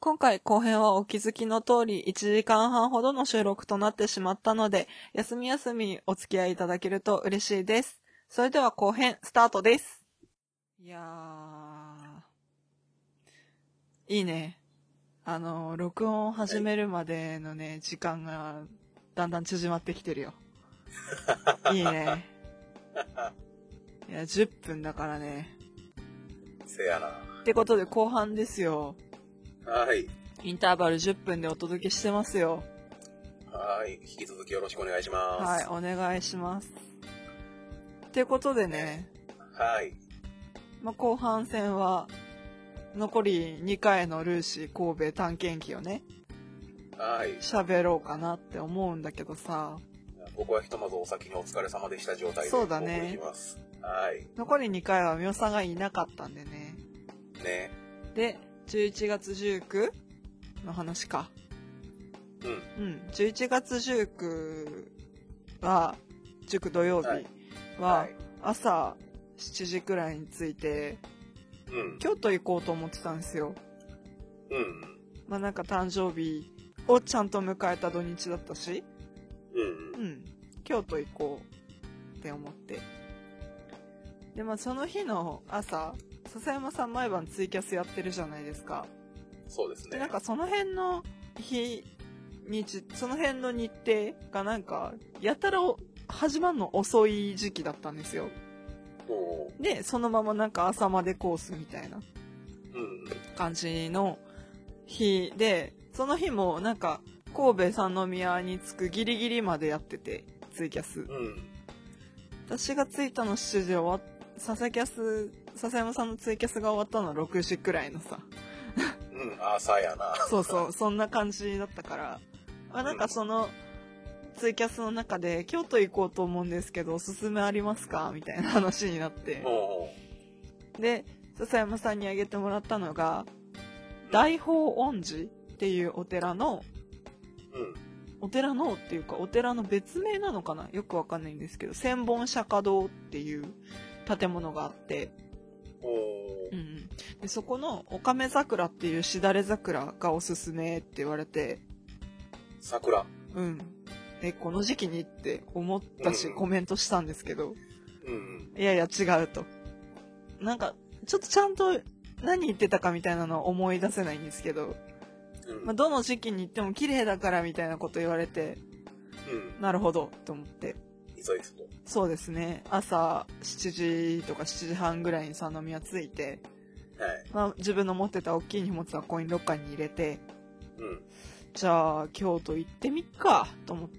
今回後編はお気づきの通り1時間半ほどの収録となってしまったので、休みお付き合いいただけると嬉しいです。それでは後編スタートです。いやー、いいね。録音始めるまでのね、時間がだんだん縮まってきてるよ。いいね。いや、10分だからね。 せやな。 ってことで後半ですよ。 はい。 インターバル10分でお届けしてますよ。 はい。引き続きよろしくお願いします。 はい、お願いします。ってことでね。 はい。 後半戦は、残り2回のルーシー神戸探検記をね、 はい。 喋ろうかなって思うんだけどさ。 僕はひとまずお先にお疲れ様でした状態でそうだね。 お送りします。はい。 残り2回はみおさんがいなかったんでね。 ね。 で、11月19の話か。うん。11月19は、19土曜日は、朝7時くらいに着いて、京都行こうと思ってたんですよ。なんか誕生日をちゃんと迎えた土日だったし、京都行こうって思って。で、その日の朝、笹山さん毎晩ツイキャスやってるじゃないですか。 そうですね。 なんかその辺のその辺の日程がなんか、やたら始まるの遅い時期だったんですよ。で、そのままなんか朝までコースみたいな感じの日で、その日もなんか神戸三宮に着くギリギリまでやってて、ツイキャス。私が着いたの7時終わっ笹山さんのツイキャスが終わったのは6時くらいのさ。 朝やな。 そうそう、そんな感じだったから。なんかその、ツイキャスの中で、京都行こうと思うんですけど、おすすめありますかみたいな話になって。で、笹山さんにあげてもらったのが、大宝恩寺っていうお寺の、お寺のっていうか、お寺の別名なのかなよくわかんないんですけど、千本釈迦堂っていう建物があって、でそこのおかめ桜っていうしだれ桜がおすすめって言われて、 桜この時期にって思ったし、コメントしたんですけど、いやいや違うと。なんかちょっとちゃんと何言ってたかみたいなのは思い出せないんですけど、どの時期に行っても綺麗だからみたいなこと言われて、なるほどと思って。そうですね。朝7時とか7時半ぐらいに三宮着いて、自分の持ってた大きい荷物はコインロッカーに入れて、じゃあ京都行ってみっかと思って。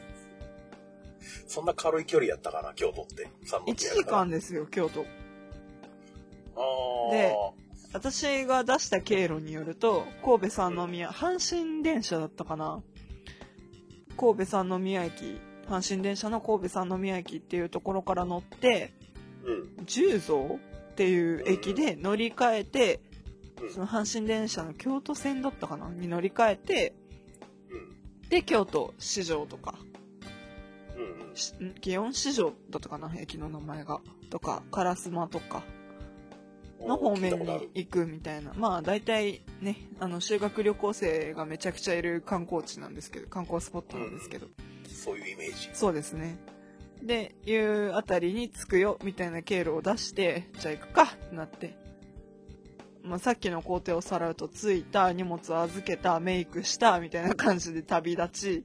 そんな軽い距離やったかな京都って。 1時間ですよ京都。で、私が出した経路によると、神戸三宮、阪神電車だったかな。神戸三宮駅、阪神電車の神戸三宮駅っていうところから乗って、十蔵っていう駅で乗り換えて、その阪神電車の京都線だったかなに乗り換えて、で、京都市場とか、祇園市場だったかな駅の名前が。とか、烏丸とか、の方面に行くみたいな。大体ね、修学旅行生がめちゃくちゃいる観光地なんですけど、観光スポットなんですけど。 そういうイメージ。 そうですね。で、いうあたりに着くよ、みたいな経路を出して、じゃあ行くかってなって。さっきの工程をさらうと、着いた、荷物を預けた、メイクした、みたいな感じで旅立ち、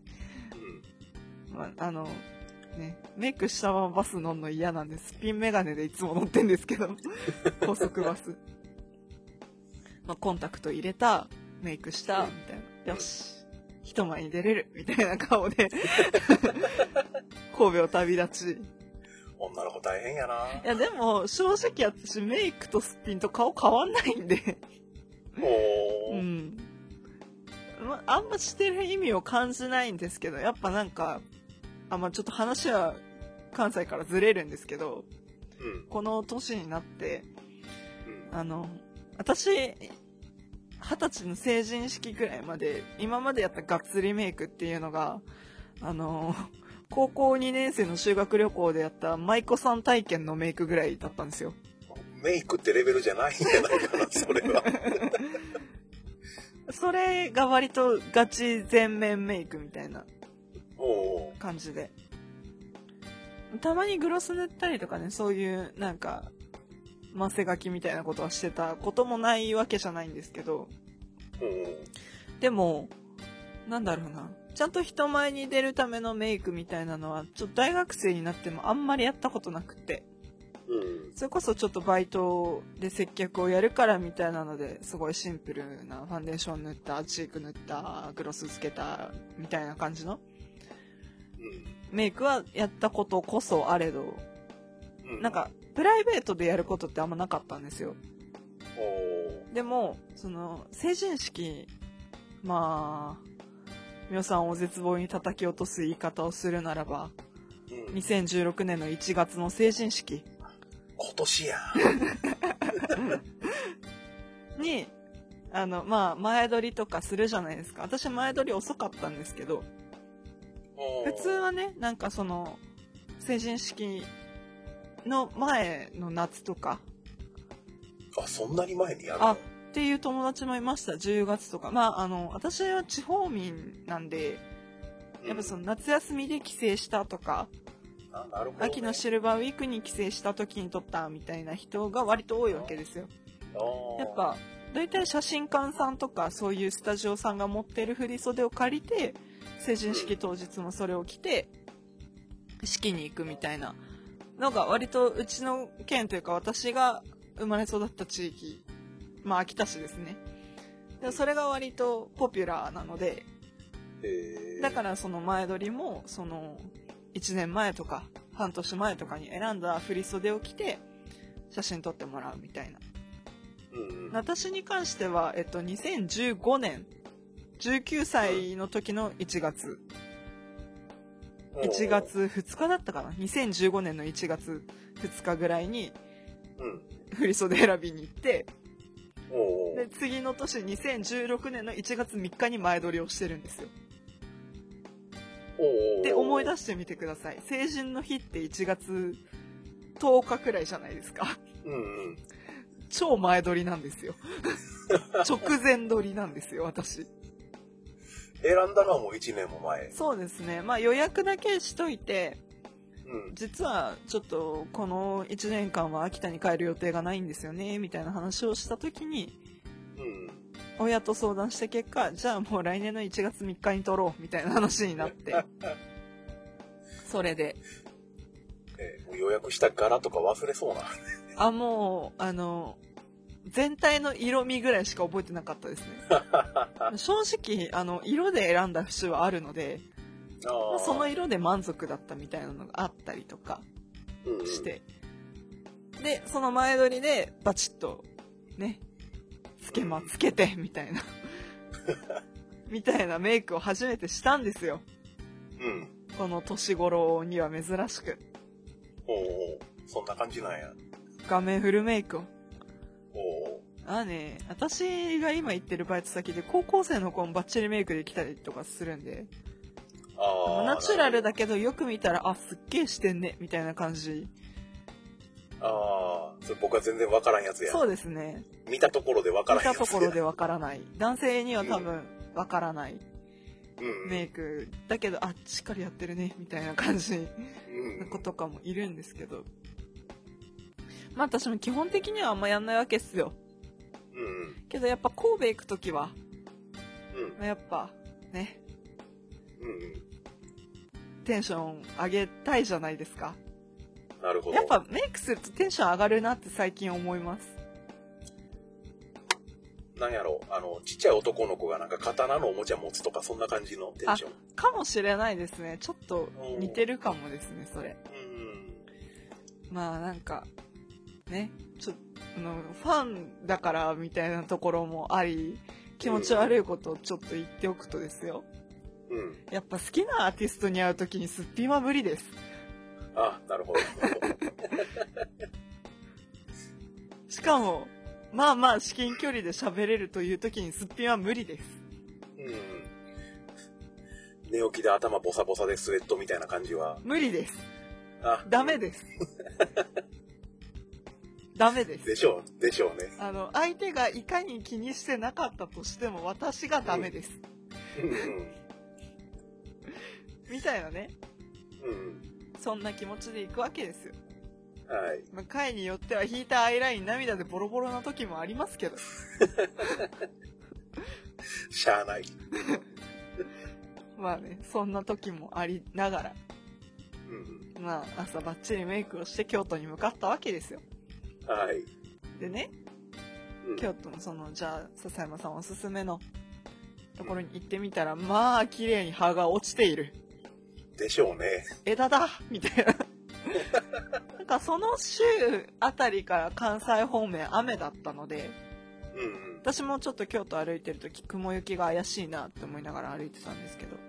メイクしたままバス乗るの嫌なんで、スピンメガネでいつも乗ってんですけど、高速バス。コンタクト入れた、メイクした、みたいな。よし、一枚に出れる、みたいな顔で、神戸を旅立ち。 女の子大変やな。 いやでも正直私メイクとすっぴんと顔変わんないんであんましてる意味を感じないんですけど、やっぱなんかちょっと話は関西からずれるんですけど、この年になって、私20歳の成人式くらいまで今までやったがっつりメイクっていうのが高校2年生の修学旅行でやった舞妓さん体験のメイクぐらいだったんですよ。 メイクってレベルじゃないんじゃないかなそれは。 それが割とガチ全面メイクみたいなおー。 感じで。たまにグロス塗ったりとかね、そういうなんか、マセガキみたいなことはしてたこともないわけじゃないんですけど、でも、なんだろうな。ちゃんと人前に出るためのメイクみたいなのは、ちょっと大学生になってもあんまりやったことなくて。それこそちょっとバイトで接客をやるからみたいなので、すごいシンプルなファンデーション塗った、チーク塗った、グロスつけた、みたいな感じのメイクはやったことこそあれど、なんか、プライベートでやることってあんまなかったんですよ。でも、その、成人式、まあ、皆さんを絶望に叩き落とす言い方をするならば、2016年の1月の成人式。 今年やに、まあ、前撮りとかするじゃないですか。私前撮り遅かったんですけど、普通はね、なんかその、成人式の前の夏とか。 あ、そんなに前にやるの？ っていう友達もいました。10月とか。まあ、私は地方民なんで、やっぱその夏休みで帰省したとか、 なるほどね、 秋のシルバーウィークに帰省した時に撮ったみたいな人が割と多いわけですよ。やっぱ、大体写真館さんとかそういうスタジオさんが持ってる振り袖を借りて、成人式当日もそれを着て、式に行くみたいなのが割とうちの県というか私が生まれ育った地域、まあ秋田市ですね。でそれが割とポピュラーなので、だからその前撮りもその1年前とか半年前とかに選んだ振り袖を着て写真撮ってもらうみたいな。私に関しては、2015年19歳の時の1月2日だったかな。2015年の1月2日ぐらいに振り袖選びに行って、で次の年2016年の1月3日に前撮りをしてるんですよ。で思い出してみてください。成人の日って1月10日くらいじゃないですか。超前撮りなんですよ。直前撮りなんですよ、私。 選んだのはもう1年も前。 そうですね。まあ予約だけしといて、実はちょっとこの1年間は秋田に帰る予定がないんですよね、みたいな話をした時に、親と相談した結果、じゃあもう来年の1月3日に撮ろう、みたいな話になって。それで。 もう予約した柄とか忘れそうな。 もう、全体の色味ぐらいしか覚えてなかったですね。正直、色で選んだ節はあるので、その色で満足だったみたいなのがあったりとかして。で、その前撮りでバチッと、ね、つけて、みたいな。みたいなメイクを初めてしたんですよ。この年頃には珍しく。 そんな感じなんや。 画面フルメイクを。私が今行ってるバイト先で高校生の子もバッチリメイクできたりとかするんで、ナチュラルだけどよく見たら、すっげえしてんね、みたいな感じ。 それ僕は全然わからんやつや。 そうですね。 見たところでわからんやつや。 見たところでわからない。男性には多分わからないメイク。だけど、しっかりやってるね、みたいな感じの子とかもいるんですけど。まあ私も基本的にはあんまやんないわけっすよ。けどやっぱ神戸行くときは、やっぱね、テンション上げたいじゃないですか。 なるほど。 やっぱメイクするとテンション上がるなって最近思います。 なんやろ、ちっちゃい男の子がなんか刀のおもちゃ持つとか、そんな感じのテンション。 かもしれないですね。ちょっと似てるかもですね、それ。まあなんか、ね、ファンだからみたいなところもあり、気持ち悪いことをちょっと言っておくとですよ。やっぱ好きなアーティストに会うときにすっぴんは無理です。 なるほど。 しかも、まあまあ至近距離で喋れるというときにすっぴんは無理です。 寝起きで頭ボサボサでスウェットみたいな感じは無理です。ダメです。 ダメです。 でしょうね。 相手がいかに気にしてなかったとしても私がダメです。みたいなね。そんな気持ちで行くわけですよ。 はい。 まあ、回によっては引いたアイライン涙でボロボロな時もありますけど。 しゃあない。 まあね、そんな時もありながら、まあ朝バッチリメイクをして京都に向かったわけですよ。 はい。 でね、京都のじゃあ笹山さんおすすめのところに行ってみたら、まあ綺麗に葉が落ちている。 でしょうね。 枝だみたいな。なんかその週あたりから関西方面雨だったので、私もちょっと京都歩いてるとき雲行きが怪しいなって思いながら歩いてたんですけど、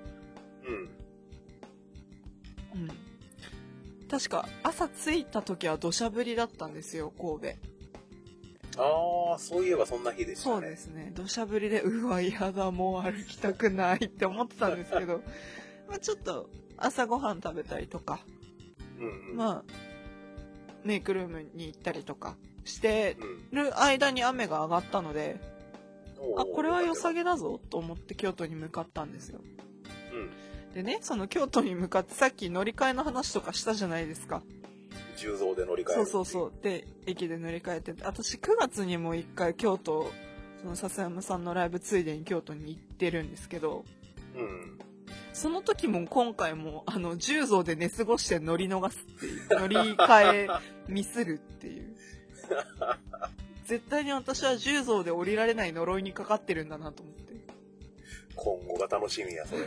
確か朝着いた時は土砂降りだったんですよ、神戸。 ああ、そういえばそんな日でしたね。 そうですね。土砂降りで、うわ嫌だ、もう歩きたくないって思ってたんですけど、まあちょっと朝ごはん食べたりとか、まあメイクルームに行ったりとかしてる間に雨が上がったので、あ、これは良さげだぞと思って京都に向かったんですよ。でね、その京都に向かってさっき乗り換えの話とかしたじゃないですか。 10増で乗り換える。 そう。で、駅で乗り換えて、私9月にも1回京都、その笹山さんのライブついでに京都に行ってるんですけど、その時も今回も10増で寝過ごして乗り逃すっていう、乗り換えミスるっていう。絶対に私は10増で降りられない呪いにかかってるんだなと思って。 今後が楽しみや、それ。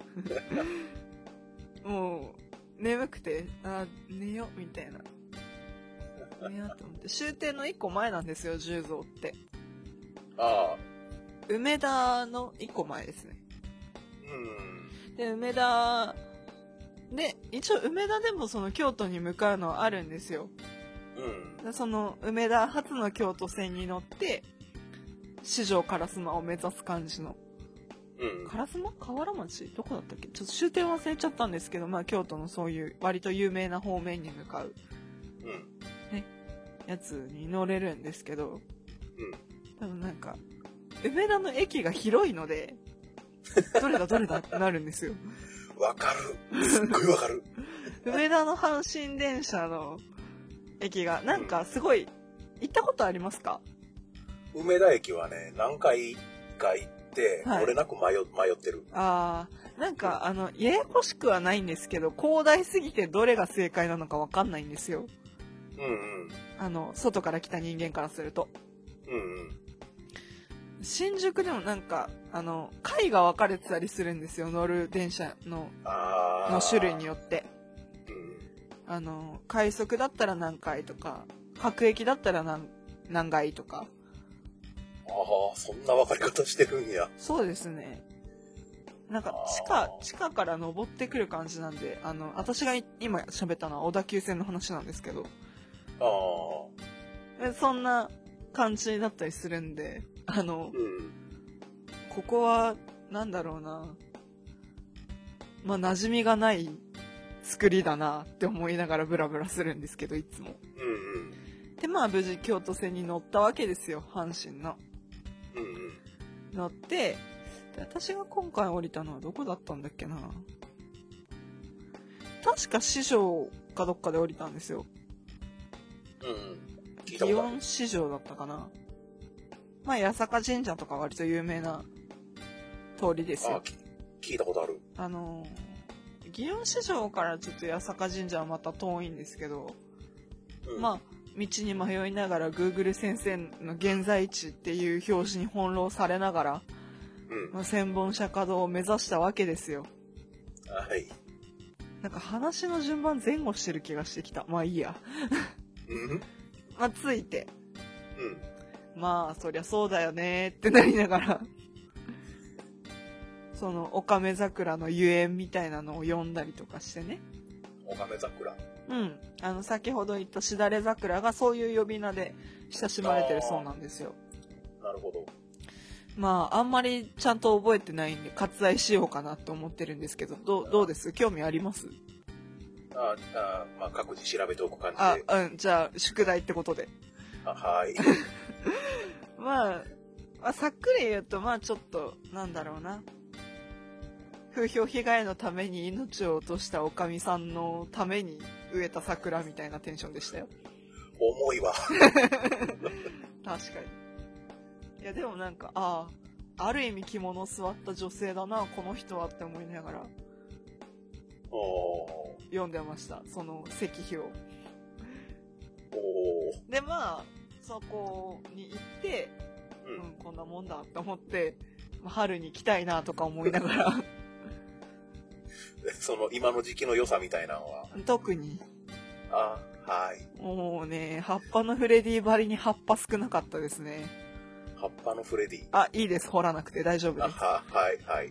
もう、眠くて、寝よ、みたいな。寝ようと思って。終点の1個前なんですよ、10増って。 ああ。 梅田の1個前ですね。で、梅田、で、一応梅田でもその京都に向かうのはあるんですよ。その梅田発の京都線に乗って、四条烏丸を目指す感じの。烏丸？河原町？どこだったっけ？ちょっと終点忘れちゃったんですけど、まあ京都のそういう割と有名な方面に向かう、ね、やつに乗れるんですけど、多分なんか、梅田の駅が広いので、どれだってなるんですよ。 わかる。すっごいわかる。 梅田の阪神電車の駅が、なんかすごい、行ったことありますか？ 梅田駅はね、何回か行って、 はい、 漏れなく迷ってる。 なんか、ややこしくはないんですけど、広大すぎてどれが正解なのかわかんないんですよ。外から来た人間からすると。新宿でもなんか、階が分かれてたりするんですよ、乗る電車の種類によって。快速だったら何階とか、各駅だったら何階とか。 そんな分かり方してるんや。 そうですね。なんか地下から登ってくる感じなんで、私が今喋ったのは小田急線の話なんですけど、そんな感じだったりするんで、ここはなんだろうな、まあ馴染みがない作りだなって思いながらブラブラするんですけど、いつも。で、まあ無事京都線に乗ったわけですよ、阪神の。乗って、で私が今回降りたのはどこだったんだっけな。確か四条かどっかで降りたんですよ。祇園四条だったかな。まあ八坂神社とか割と有名な通りですよ。 聞いたことある。 祇園四条からちょっと八坂神社はまた遠いんですけど、まあ道に迷いながら Google 先生の現在地っていう表示に翻弄されながら、千本釈迦堂を目指したわけですよ。 はい。 なんか話の順番前後してる気がしてきた。まあいいや。まあ着いて。まあそりゃそうだよねってなりながら、そのオカメ桜のゆえんみたいなのを読んだりとかしてね。 オカメ桜。 先ほど言ったしだれ桜がそういう呼び名で親しまれてるそうなんですよ。 なるほど。 まああんまりちゃんと覚えてないんで割愛しようかなと思ってるんですけど、どうです？興味あります？ まあ各自調べておく感じで。 じゃあ宿題ってことで。 はい。 まあ、さっくり言うと、まあちょっと、なんだろうな。風評被害のために命を落としたおかみさんのために植えた桜みたいなテンションでしたよ。 重いわ。 確かに。いやでもなんか、ある意味着物を座った女性だな、この人はって思いながら読んでました、その石碑を。で、まあ、そこに行って、こんなもんだと思って、春に来たいなとか思いながら。 その今の時期の良さみたいなのは特に。 はい。 もうね、葉っぱのフレディばりに葉っぱ少なかったですね。 葉っぱのフレディ。 いいです。掘らなくて大丈夫です。 はい。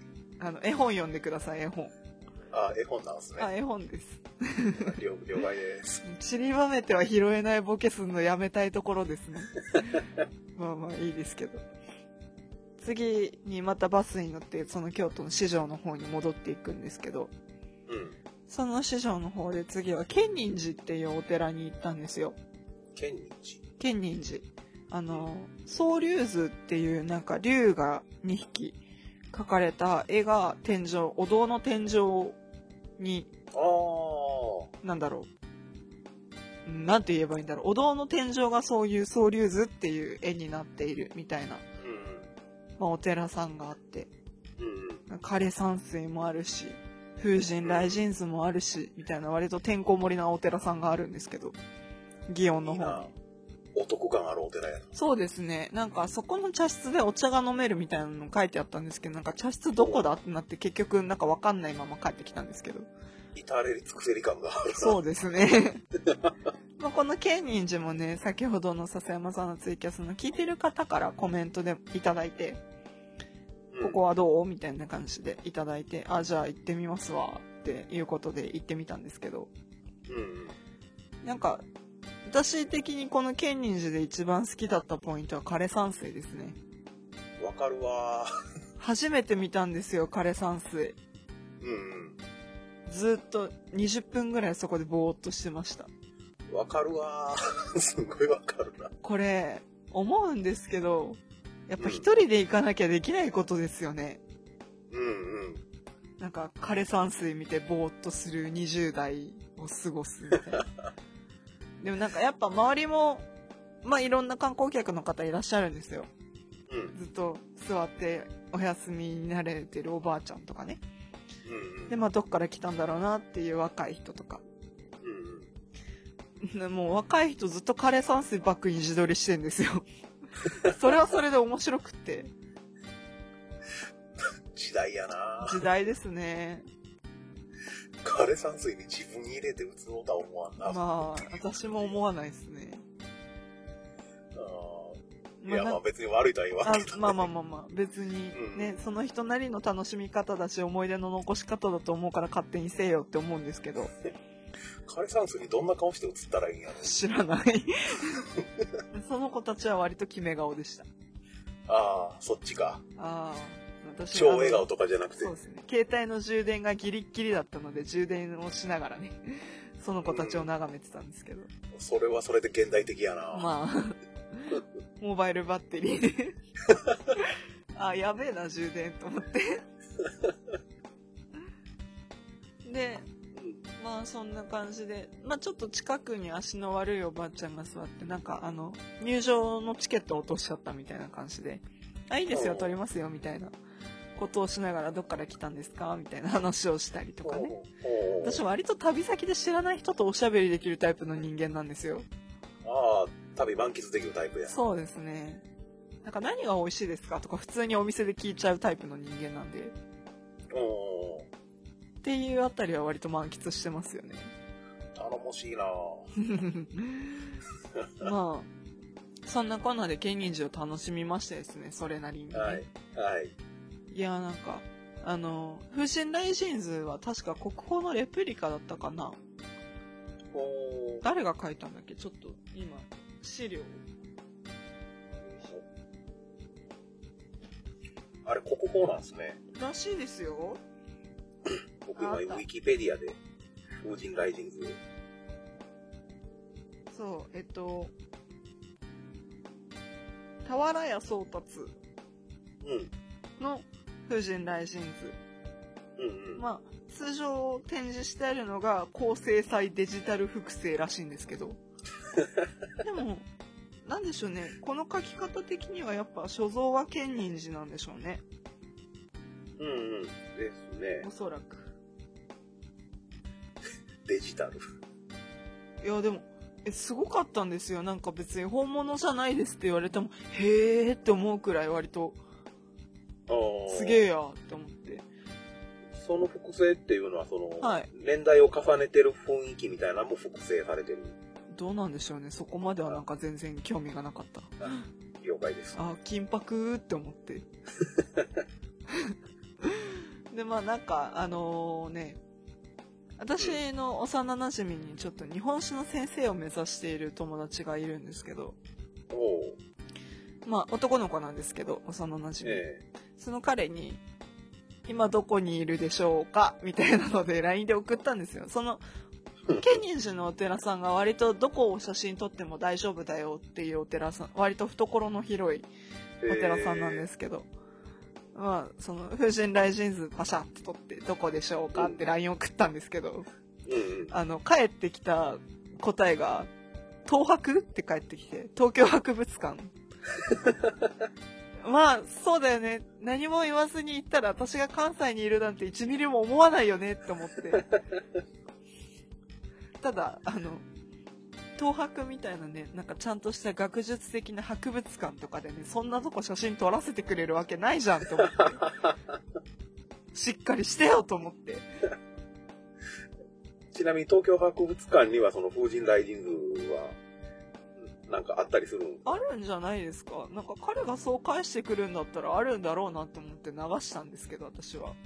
絵本読んでください、絵本。 絵本なんですね。 絵本です。 了解です。 散りばめては拾えないボケするのやめたいところですね。まあいいですけど。次にまたバスに乗ってその京都の市場の方に戻っていくんですけど、その市場の方で次は建仁寺っていうお寺に行ったんですよ。 建仁寺。 宗龍図っていうなんか龍が2匹描かれた絵がお堂の天井に、なんだろう。なんて言えばいいんだろう。お堂の天井がそういう宗龍図っていう絵になっているみたいな、お寺さんがあって、枯山水もあるし、風神雷神図もあるし、みたいな割とてんこ盛りなお寺さんがあるんですけど、祇園の方に。 お得感あるお寺やな。 そうですね。なんかそこの茶室でお茶が飲めるみたいなの書いてあったんですけど、なんか茶室どこだってなって結局なんかわかんないまま帰ってきたんですけど。 至れり尽くせり感があるな。 そうですね。この建仁寺もね、先ほどの笹山さんのツイキャスの聞いてる方からコメントでいただいて、ここはどうみたいな感じでいただいて、じゃあ行ってみますわっていうことで行ってみたんですけど、なんか私的にこの建仁寺で一番好きだったポイントは枯山水ですね。 わかるわ。 初めて見たんですよ、枯山水。ずっと20分ぐらいそこでぼーっとしてました。 わかるわ。すごいわかるな。 これ思うんですけど、やっぱ一人で行かなきゃできないことですよね。なんか枯山水見てぼーっとする20代を過ごすみたいな。でもなんかやっぱ周りもいろんな観光客の方いらっしゃるんですよ。ずっと座ってお休みになれてるおばあちゃんとかね。でどっから来たんだろうなっていう若い人とか。もう若い人ずっと枯山水バックに自撮りしてんですよ。それはそれで面白くって。 時代やな。 時代ですね。 枯山水に自分入れて打つのとは思わんな。 私も思わないですね。 いや別に悪いとは言わないけど、ね。 別にね、その人なりの楽しみ方だし思い出の残し方だと思うから勝手にせえよって思うんですけど。 枯山水にどんな顔して写ったらいいんやろ。 知らない。その子たちは割と決め顔でした。 そっちか。 私超笑顔とかじゃなくて。 そうですね。携帯の充電がギリッギリだったので充電をしながらね、その子たちを眺めてたんですけど。 それはそれで現代的やな。 モバイルバッテリーでやべえな充電と思って。でそんな感じでちょっと近くに足の悪いおばあちゃんが座ってなんか入場のチケットを落としちゃったみたいな感じで、いいですよ取りますよみたいなことをしながら、どっから来たんですかみたいな話をしたりとかね。私割と旅先で知らない人とおしゃべりできるタイプの人間なんですよ。 旅満喫できるタイプや。 そうですね。なんか何が美味しいですかとか普通にお店で聞いちゃうタイプの人間なんで、っていうあたりは割と満喫してますよね。 頼もしいな。 そんなこんなで建仁寺を楽しみましてですね、それなりにね。いやなんか風神雷神図は確か国宝のレプリカだったかな。誰が書いたんだっけ、ちょっと今資料あれ国宝なんですね。 らしいですよ。 僕今ウィキペディアで風神雷神図。 そう俵屋宗達うん。 の風神雷神図。 うんうん。 まあ、通常展示してあるのが高精細デジタル複製らしいんですけど。でも、なんでしょうね。この書き方的にはやっぱ所蔵は建仁寺なんでしょうね。 うんうん。ですねお。そらく。 デジタル。 いや、でも、すごかったんですよ。なんか別に本物じゃないですって言われても、へーって思うくらい割と、すげえやって思って。 その複製っていうのは、その、 はい、 年代を重ねてる雰囲気みたいなのも複製されてる。 どうなんでしょうね。そこまではなんか全然興味がなかった。 了解です。 あ、金箔って思って。で、まあなんか、ね、私の幼馴染にちょっと日本史の先生を目指している友達がいるんですけど、まあ男の子なんですけど、幼馴染、その彼に今どこにいるでしょうかみたいなので LINE で送ったんですよ。その建仁寺のお寺さんが割とどこを写真撮っても大丈夫だよっていうお寺さん、割と懐の広いお寺さんなんですけど、まあ、その風神雷神図パシャって撮ってどこでしょうかって LINE 送ったんですけど、帰ってきた答えが東博って帰ってきて、東京博物館。まあそうだよね、何も言わずに行ったら私が関西にいるなんて1ミリも思わないよねって思って。ただ東博みたいなね、なんかちゃんとした学術的な博物館とかでね、そんなとこ写真撮らせてくれるわけないじゃんって思って。しっかりしてよと思って。 ちなみに東京博物館にはその風神雷神図は、なんかあったりするん？ あるんじゃないですか。なんか彼がそう返してくるんだったらあるんだろうなと思って流したんですけど、私は。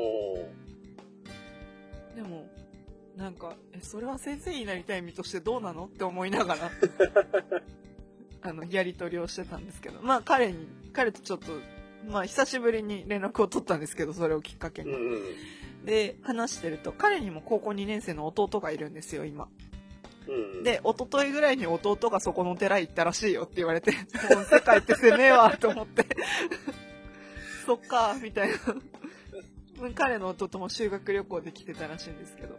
でも、なんか、それは先生になりたい身としてどうなのって思いながらやり取りをしてたんですけど、まあ彼とちょっと、まあ久しぶりに連絡を取ったんですけど、それをきっかけに。で、話してると、彼にも高校2年生の弟がいるんですよ、今。で、一昨日ぐらいに弟がそこの寺行ったらしいよって言われて、もう世界って狭えわと思って。そっか、みたいな。彼の弟も修学旅行で来てたらしいんですけど。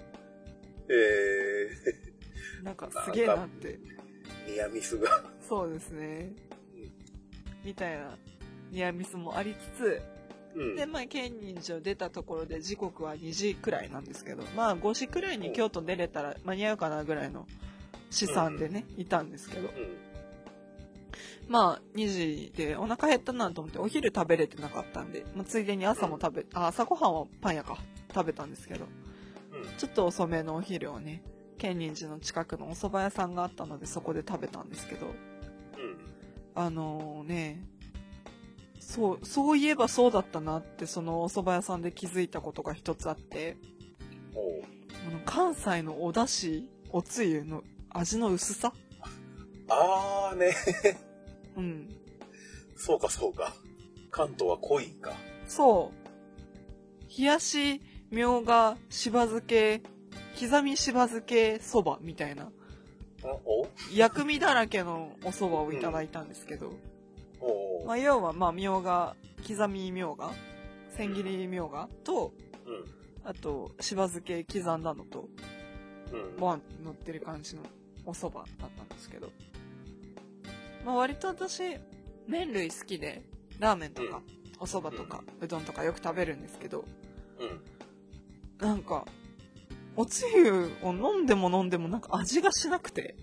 なんかすげえなって。 ニアミスが。 そうですね。みたいなニアミスもありつつ、で、まあ、建仁寺を出たところで時刻は2時くらいなんですけど、まあ、5時くらいに京都出れたら間に合うかなぐらいの試算でね、いたんですけど、まあ、2時でお腹減ったなと思ってお昼食べれてなかったんで、まあ、ついでに朝も朝ごはんはパン屋か食べたんですけど、ちょっと遅めのお昼をね、建仁寺の近くのお蕎麦屋さんがあったのでそこで食べたんですけど、そういえばそうだったなってそのお蕎麦屋さんで気づいたことが一つあって、関西のお出汁、おつゆの味の薄さ。 ね。そうか。関東は濃いんか。そう。 冷やし、みょうが、しば漬け、刻みしば漬けそばみたいな。薬味だらけのお蕎麦をいただいたんですけど。まあ、要は、まあ、みょうが、刻みみょうが、千切りみょうがと、あと、しば漬け刻んだのと、バンって乗ってる感じのお蕎麦だったんですけど。まあ、割と私、麺類好きで、ラーメンとか、お蕎麦とか、うどんとかよく食べるんですけど、なんか、おつゆを飲んでもなんか味がしなくて、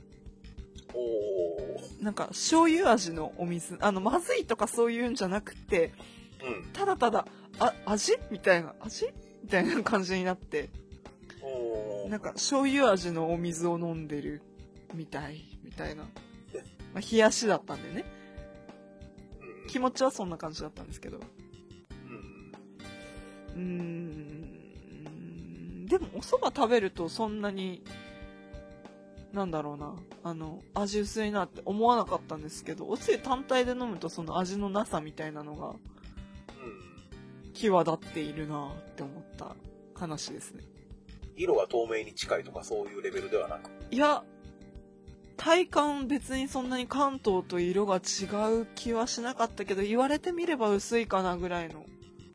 なんか醤油味のお水、まずいとかそういうんじゃなくて、ただただ味みたいな感じになって、なんか醤油味のお水を飲んでるみたいな、まあ、冷やしだったんでね、気持ちはそんな感じだったんですけど、でもお蕎麦食べるとそんなになんだろうな、味薄いなって思わなかったんですけど、おつゆ単体で飲むとその味のなさみたいなのが際立っているなって思った話ですね。 色が透明に近いとかそういうレベルではなく、 いや、 体感別にそんなに関東と色が違う気はしなかったけど、言われてみれば薄いかなぐらいの、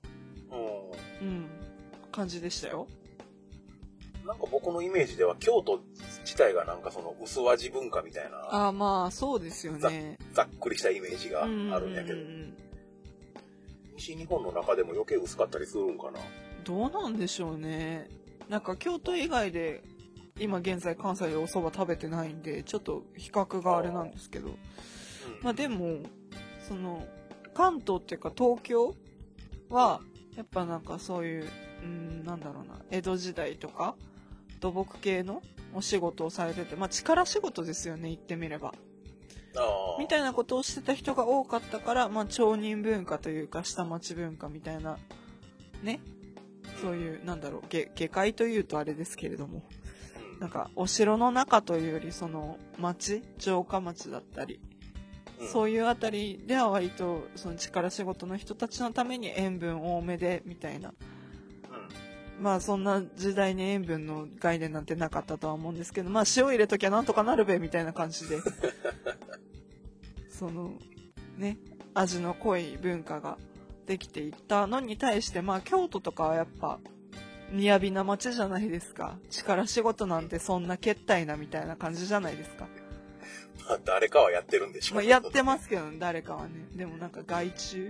感じでしたよ。 なんか僕のイメージでは京都自体がなんかその薄味文化みたいな。 まあそうですよね。 ざっくりしたイメージがあるんやけど。西日本の中でも余計薄かったりするんかな。 どうなんでしょうね。なんか京都以外で今現在関西でお蕎麦食べてないんでちょっと比較があれなんですけど、まあでもその関東っていうか東京はやっぱなんかそういうなんだろうな、江戸時代とか土木系のお仕事をされてて、まあ力仕事ですよね、言ってみれば。みたいなことをしてた人が多かったから、まあ町人文化というか下町文化みたいなね、そういうなんだろう、下界というとあれですけれども、なんかお城の中というよりその町、城下町だったり、そういうあたりでは割とその力仕事の人たちのために塩分多めでみたいな、まあそんな時代に塩分の概念なんてなかったとは思うんですけど、まあ塩入れときゃなんとかなるべみたいな感じでそのね、味の濃い文化ができていったのに対して、まあ京都とかはやっぱ雅な街じゃないですか。力仕事なんてそんなけったいなみたいな感じじゃないですか。 まあ誰かはやってるんでしょうけど、やってますけど、ね、誰かはね。でもなんか外注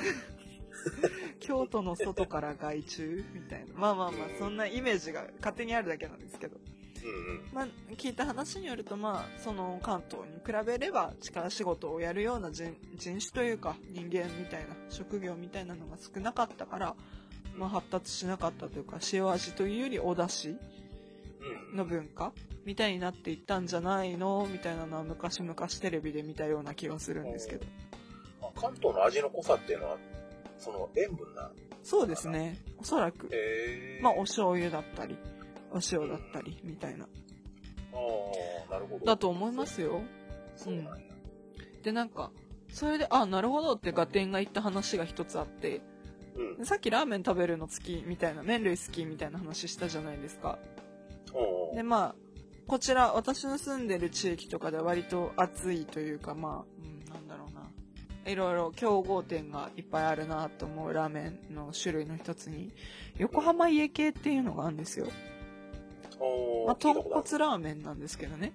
京都の外から外注みたいな、まあそんなイメージが勝手にあるだけなんですけど、まあ聞いた話によると、まあその関東に比べれば力仕事をやるような人種というか人間みたいな職業みたいなのが少なかったから、まあ、発達しなかったというか、塩味というよりお出汁の文化みたいになっていったんじゃないのみたいなのは昔々テレビで見たような気がするんですけど、 関東の味の濃さっていうのはその塩分な。 そうですね、おそらく、まあお醤油だったりお塩だったりみたいな、 なるほど、 だと思いますよ。でなんかそれでなるほどってガテンが言った話が一つあって、さっきラーメン食べるの好きみたいな、麺類好きみたいな話したじゃないですか。でまあこちら私の住んでる地域とかでは割と暑いというか、まあ、なんだろうな、いろいろ競合店がいっぱいあるなと思うラーメンの種類の一つに横浜家系っていうのがあるんですよ。まあ、豚骨ラーメンなんですけどね。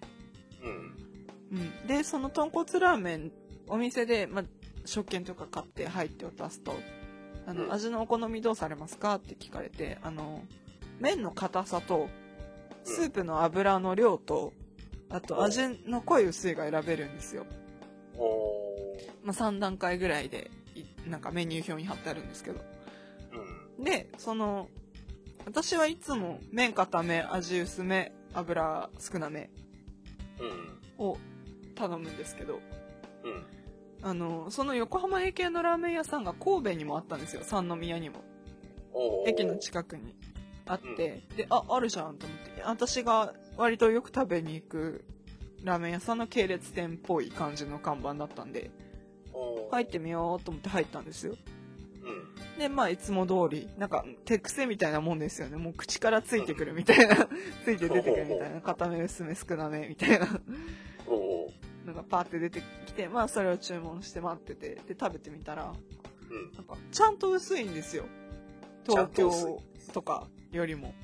でその豚骨ラーメンお店で、まあ、食券とか買って入って渡すと、味のお好みどうされますかって聞かれて、麺の硬さとスープの油の量と、あと味の濃い薄いが選べるんですよ。まあ、3段階ぐらいでなんかメニュー表に貼ってあるんですけど、でその私はいつも麺固め、味薄め、油少なめを頼むんですけど、その横浜家系のラーメン屋さんが神戸にもあったんですよ。三宮にも駅の近くにあって、であるじゃんと思って、私が割とよく食べに行くラーメン屋さんの系列店っぽい感じの看板だったんで、入ってみようと思って入ったんですよ。でまあいつも通りなんか手癖みたいなもんですよね。もう口からついてくるみたいなついて出てくるみたいな、固め薄め少なめみたいななんかパーって出てきて、まあそれを注文して待ってて、で食べてみたら、なんかちゃんと薄いんですよ、東京とかよりも。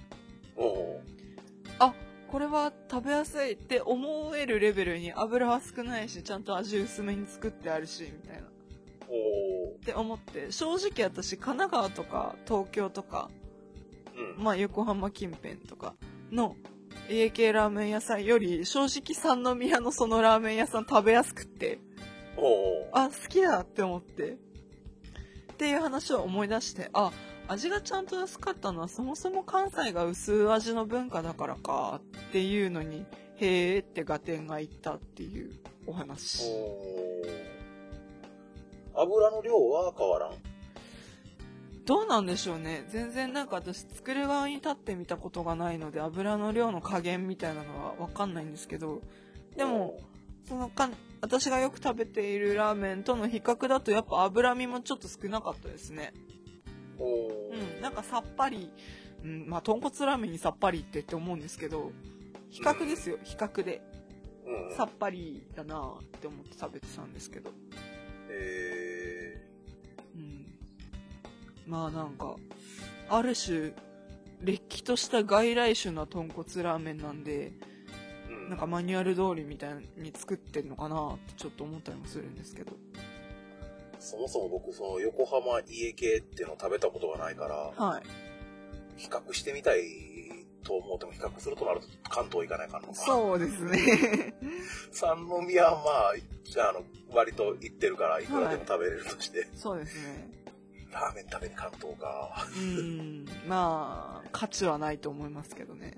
これは食べやすいって思えるレベルに油は少ないし、ちゃんと味薄めに作ってあるしみたいなって思って、正直私神奈川とか東京とか、まあ横浜近辺とかの家系ラーメン屋さんより正直三宮のそのラーメン屋さん食べやすくって、好きだって思ってっていう話を思い出して、味がちゃんと安かったのはそもそも関西が薄味の文化だからかっていうのに、へーってガテンが言ったっていうお話。 油の量は変わらん？ どうなんでしょうね。全然なんか私作る側に立ってみたことがないので油の量の加減みたいなのは分かんないんですけど、でも私がよく食べているラーメンとの比較だとやっぱ脂身もちょっと少なかったですね。なんかさっぱり、まあ豚骨ラーメンにさっぱりって思うんですけど、比較ですよ、比較で。 さっぱりだなって思って食べてたんですけど。まあなんか、ある種、れっきとした外来種な豚骨ラーメンなんで、なんかマニュアル通りみたいに作ってんのかなってちょっと思ったりもするんですけど。 そもそも僕、その横浜家系っていうのを食べたことがないから、 はい。 比較してみたいと思っても、比較するとなると関東行かないかな。 そうですね。 三宮はまあ、割と行ってるから、いくらでも食べれるとして。はい、 そうですね。 ラーメン食べに関東か。 まあ、価値はないと思いますけどね。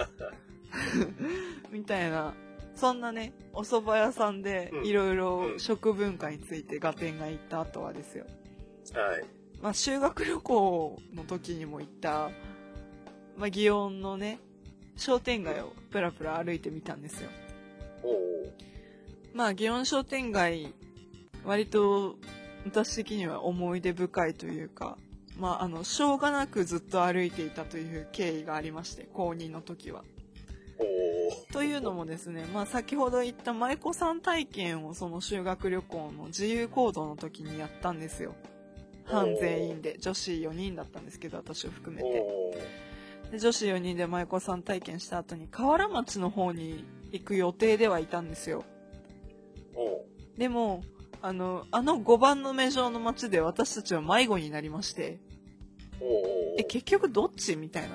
みたいな。そんなね、お蕎麦屋さんでいろいろ食文化について合点が行った後はですよ。 はい。 まあ修学旅行の時にも行った、まあ祇園のね、商店街をプラプラ歩いてみたんですよ。まあ祇園商店街、割と私的には思い出深いというか、まあしょうがなくずっと歩いていたという経緯がありまして、高2の時は。というのもですね、まあ先ほど言った舞妓さん体験をその修学旅行の自由行動の時にやったんですよ。班全員で、女子4人だったんですけど、私を含めて。で女子4人で舞妓さん体験した後に河原町の方に行く予定ではいたんですよ。でも、あの5番の目状の町で私たちは迷子になりまして、結局どっちみたいな。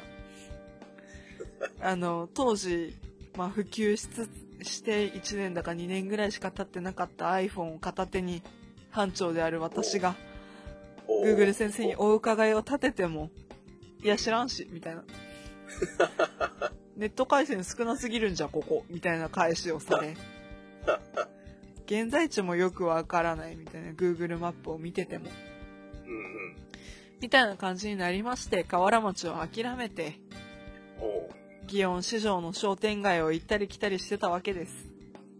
当時、まあ普及して1年だか2年ぐらいしか経ってなかった iPhone を片手に班長である私が Google 先生にお伺いを立てても、いや知らんし、みたいな。ネット回線少なすぎるんじゃここ、みたいな返しをされ。現在地もよくわからないみたいな Google マップを見てても。みたいな感じになりまして、河原町を諦めて、祇園市場の商店街を行ったり来たりしてたわけです。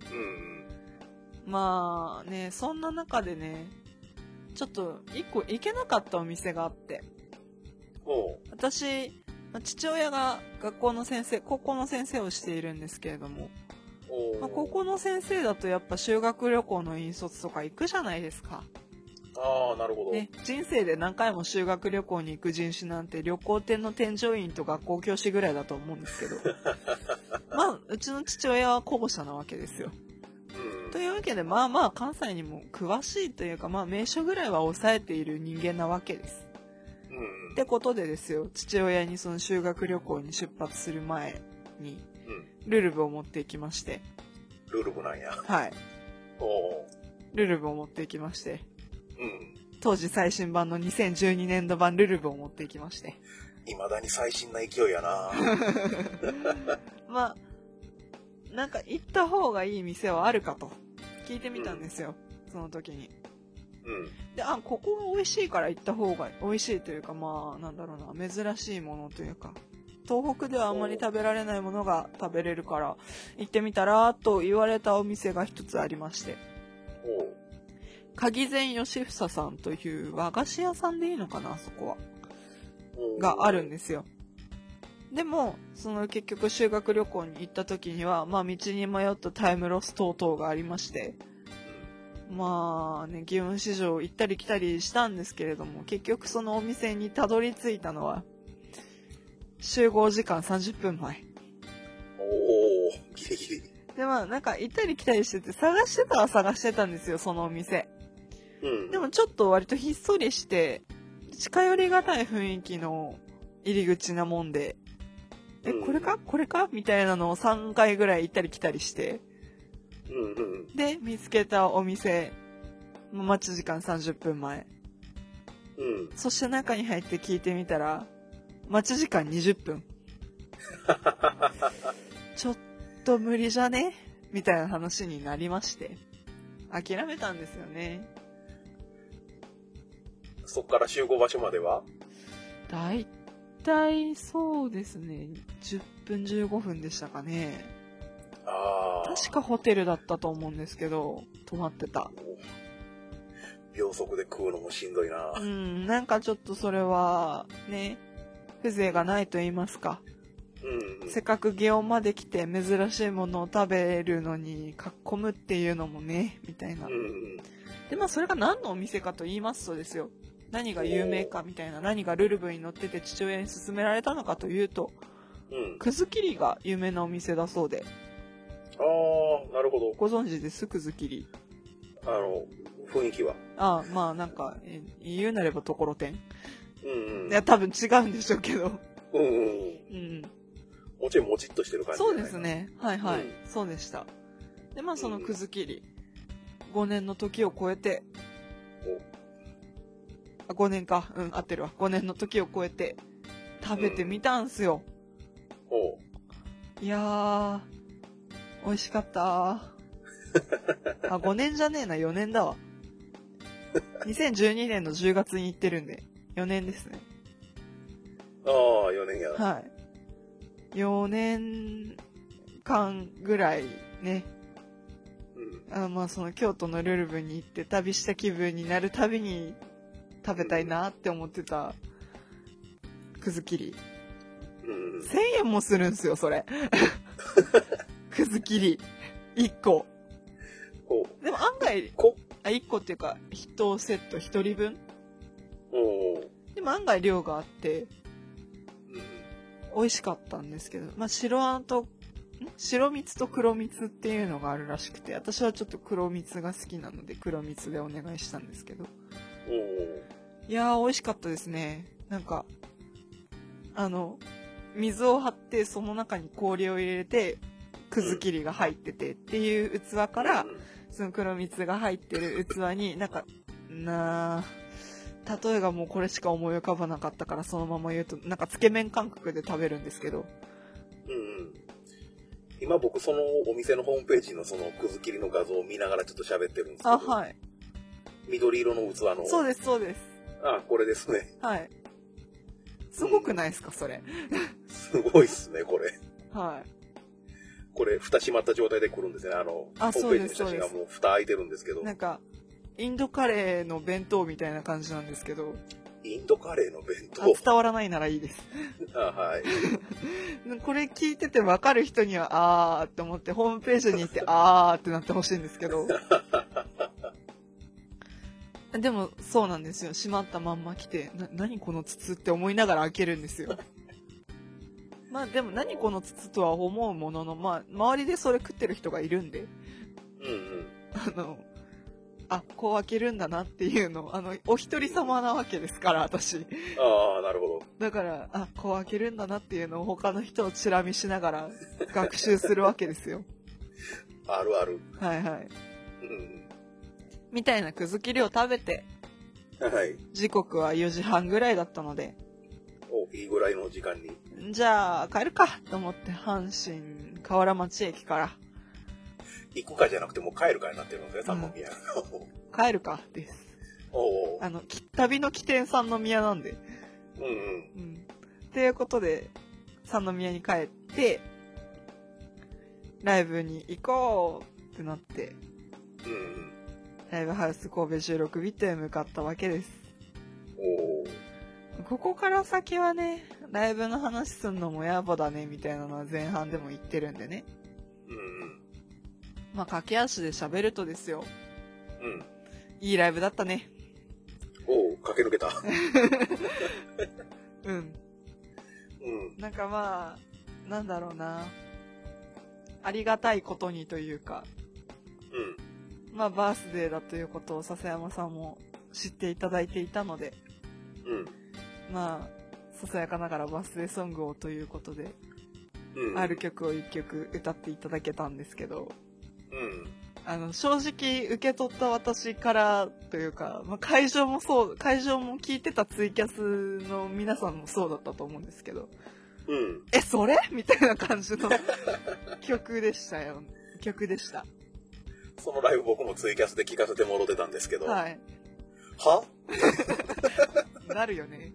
まあね、そんな中でね、ちょっと一個行けなかったお店があって。私、父親が学校の先生、高校の先生をしているんですけれども、高校の先生だとやっぱ修学旅行の引率とか行くじゃないですか。 ああ、なるほど。 ね、人生で何回も修学旅行に行く人種なんて旅行店の添乗員と学校教師ぐらいだと思うんですけどまあうちの父親は後者なわけですよ。というわけでまあまあ関西にも詳しいというか、まあ名所ぐらいは抑えている人間なわけです。ってことでですよ、父親にその修学旅行に出発する前にルルブを持っていきまして。 ルルブなんや。 はい。ルルブを持っていきまして。当時最新版の2012年度版ルルブを持っていきまして。 未だに最新な勢いやなまあ、なんか行った方がいい店はあるかと聞いてみたんですよ、その時に。で、ここが美味しいから行った方が美味しいというか、まあ、なんだろうな、珍しいものというか、東北ではあんまり食べられないものが食べれるから行ってみたらと言われたお店が一つありまして。鍵膳吉房さんという和菓子屋さんでいいのかな、そこは。があるんですよ。でも、その結局修学旅行に行った時には、まあ道に迷ったタイムロス等々がありまして、まあね、祇園市場行ったり来たりしたんですけれども、結局そのお店にたどり着いたのは、集合時間30分前。 ギリギリ。 で、まあなんか行ったり来たりしてて、探してたんですよ、そのお店。でもちょっと割とひっそりして、近寄りがたい雰囲気の入り口なもんで、これかこれかみたいなのを3回ぐらい行ったり来たりして、で、見つけたお店、待ち時間30分前。そして中に入って聞いてみたら、待ち時間20分。ちょっと無理じゃねみたいな話になりまして、諦めたんですよね。 そっから集合場所まではだいたいそうですね、10分15分でしたかね。確かホテルだったと思うんですけど、泊まってた。 秒速で食うのもしんどいな。 なんかちょっとそれはね、風情がないと言いますか。 せっかく祇園まで来て珍しいものを食べるのに囲むっていうのもね、みたいな。で、まあそれが何のお店かと言いますとですよ。何が有名かみたいな、何がルルブに乗ってて父親に勧められたのかというと、くずきりが有名なお店だそうで。 ああ、なるほど。 ご存知です、くずきり。 雰囲気は。 まあなんか、言うなればところてん。 いや、多分違うんでしょうけど。 もちろんもちっとしてる感じ。 そうですね。はいはい。そうでした。で、まあそのくずきり、5年の時を超えて、5年か。合ってるわ。5年の時を超えて、食べてみたんすよ。いやー、美味しかったー。5年じゃねえな、4年だわ。2012年の10月に行ってるんで、4年ですね。 ああ、4年や。 はい。4年間ぐらいね。まあその京都のルルブに行って旅した気分になるたびに食べたいなって思ってたくずきり。1000円もするんすよ、それ。くずきり。1個。でも案外、1個っていうか、1セット1人分。でも案外量があって、美味しかったんですけど、まあ白蜜と黒蜜っていうのがあるらしくて、私はちょっと黒蜜が好きなので黒蜜でお願いしたんですけど。いやー、美味しかったですね。なんか、水を張ってその中に氷を入れて、くずきりが入っててっていう器から、その黒蜜が入ってる器に、なんか、例えがもうこれしか思い浮かばなかったからそのまま言うと、なんかつけ麺感覚で食べるんですけど。 今僕そのお店のホームページのそのくずきりの画像を見ながらちょっと喋ってるんですけど。 はい。 緑色の器の。 そうです、そうです。 これですね。 はい。すごくないですか、それ。 すごいっすね、これ。 はい。 これ、蓋閉まった状態で来るんですね。ホームページの写真がもう蓋開いてるんですけど。 なんか、インドカレーの弁当みたいな感じなんですけど。 インドカレーの弁当？ 伝わらないならいいです。 はい。 これ聞いてて分かる人には、って思って、ホームページに行って、ってなってほしいんですけど。でも、そうなんですよ。閉まったまんま来て、何この筒って思いながら開けるんですよ。まあでも何この筒とは思うものの、まあ周りでそれ食ってる人がいるんで、こう開けるんだなっていうの、お一人様なわけですから、私。 なるほど。 だから、こう開けるんだなっていうのを他の人をチラ見しながら学習するわけですよ。 あるある。 はいはい。みたいなくずきりを食べて、 はい。 時刻は4時半ぐらいだったので、 いいぐらいの時間に。 じゃあ帰るかと思って阪神河原町駅から行くかじゃなくてもう帰るかになってるんですね、三宮。 帰るかです。旅の起点三宮なんで。っていうことで三宮に帰ってライブに行こうってなって、ライブハウス神戸16ビットへ向かったわけです。ここから先はね、ライブの話すんのも野暮だねみたいなのは前半でも言ってるんでね。まあ駆け足で喋るとですよ。いいライブだったね。 駆け抜けた。 なんかまあ、なんだろうな。ありがたいことにというか。まあバースデーだということを笹山さんも知っていただいていたので。まあ、ささやかながらバースデーソングをということで、ある曲を1曲歌っていただけたんですけど、正直受け取った私からというか、まあ、会場も聞いてたツイキャスの皆さんもそうだったと思うんですけど、それみたいな感じの曲でした。 そのライブ僕もツイキャスで聞かせてもらってたんですけど、 はい。 はなるよね。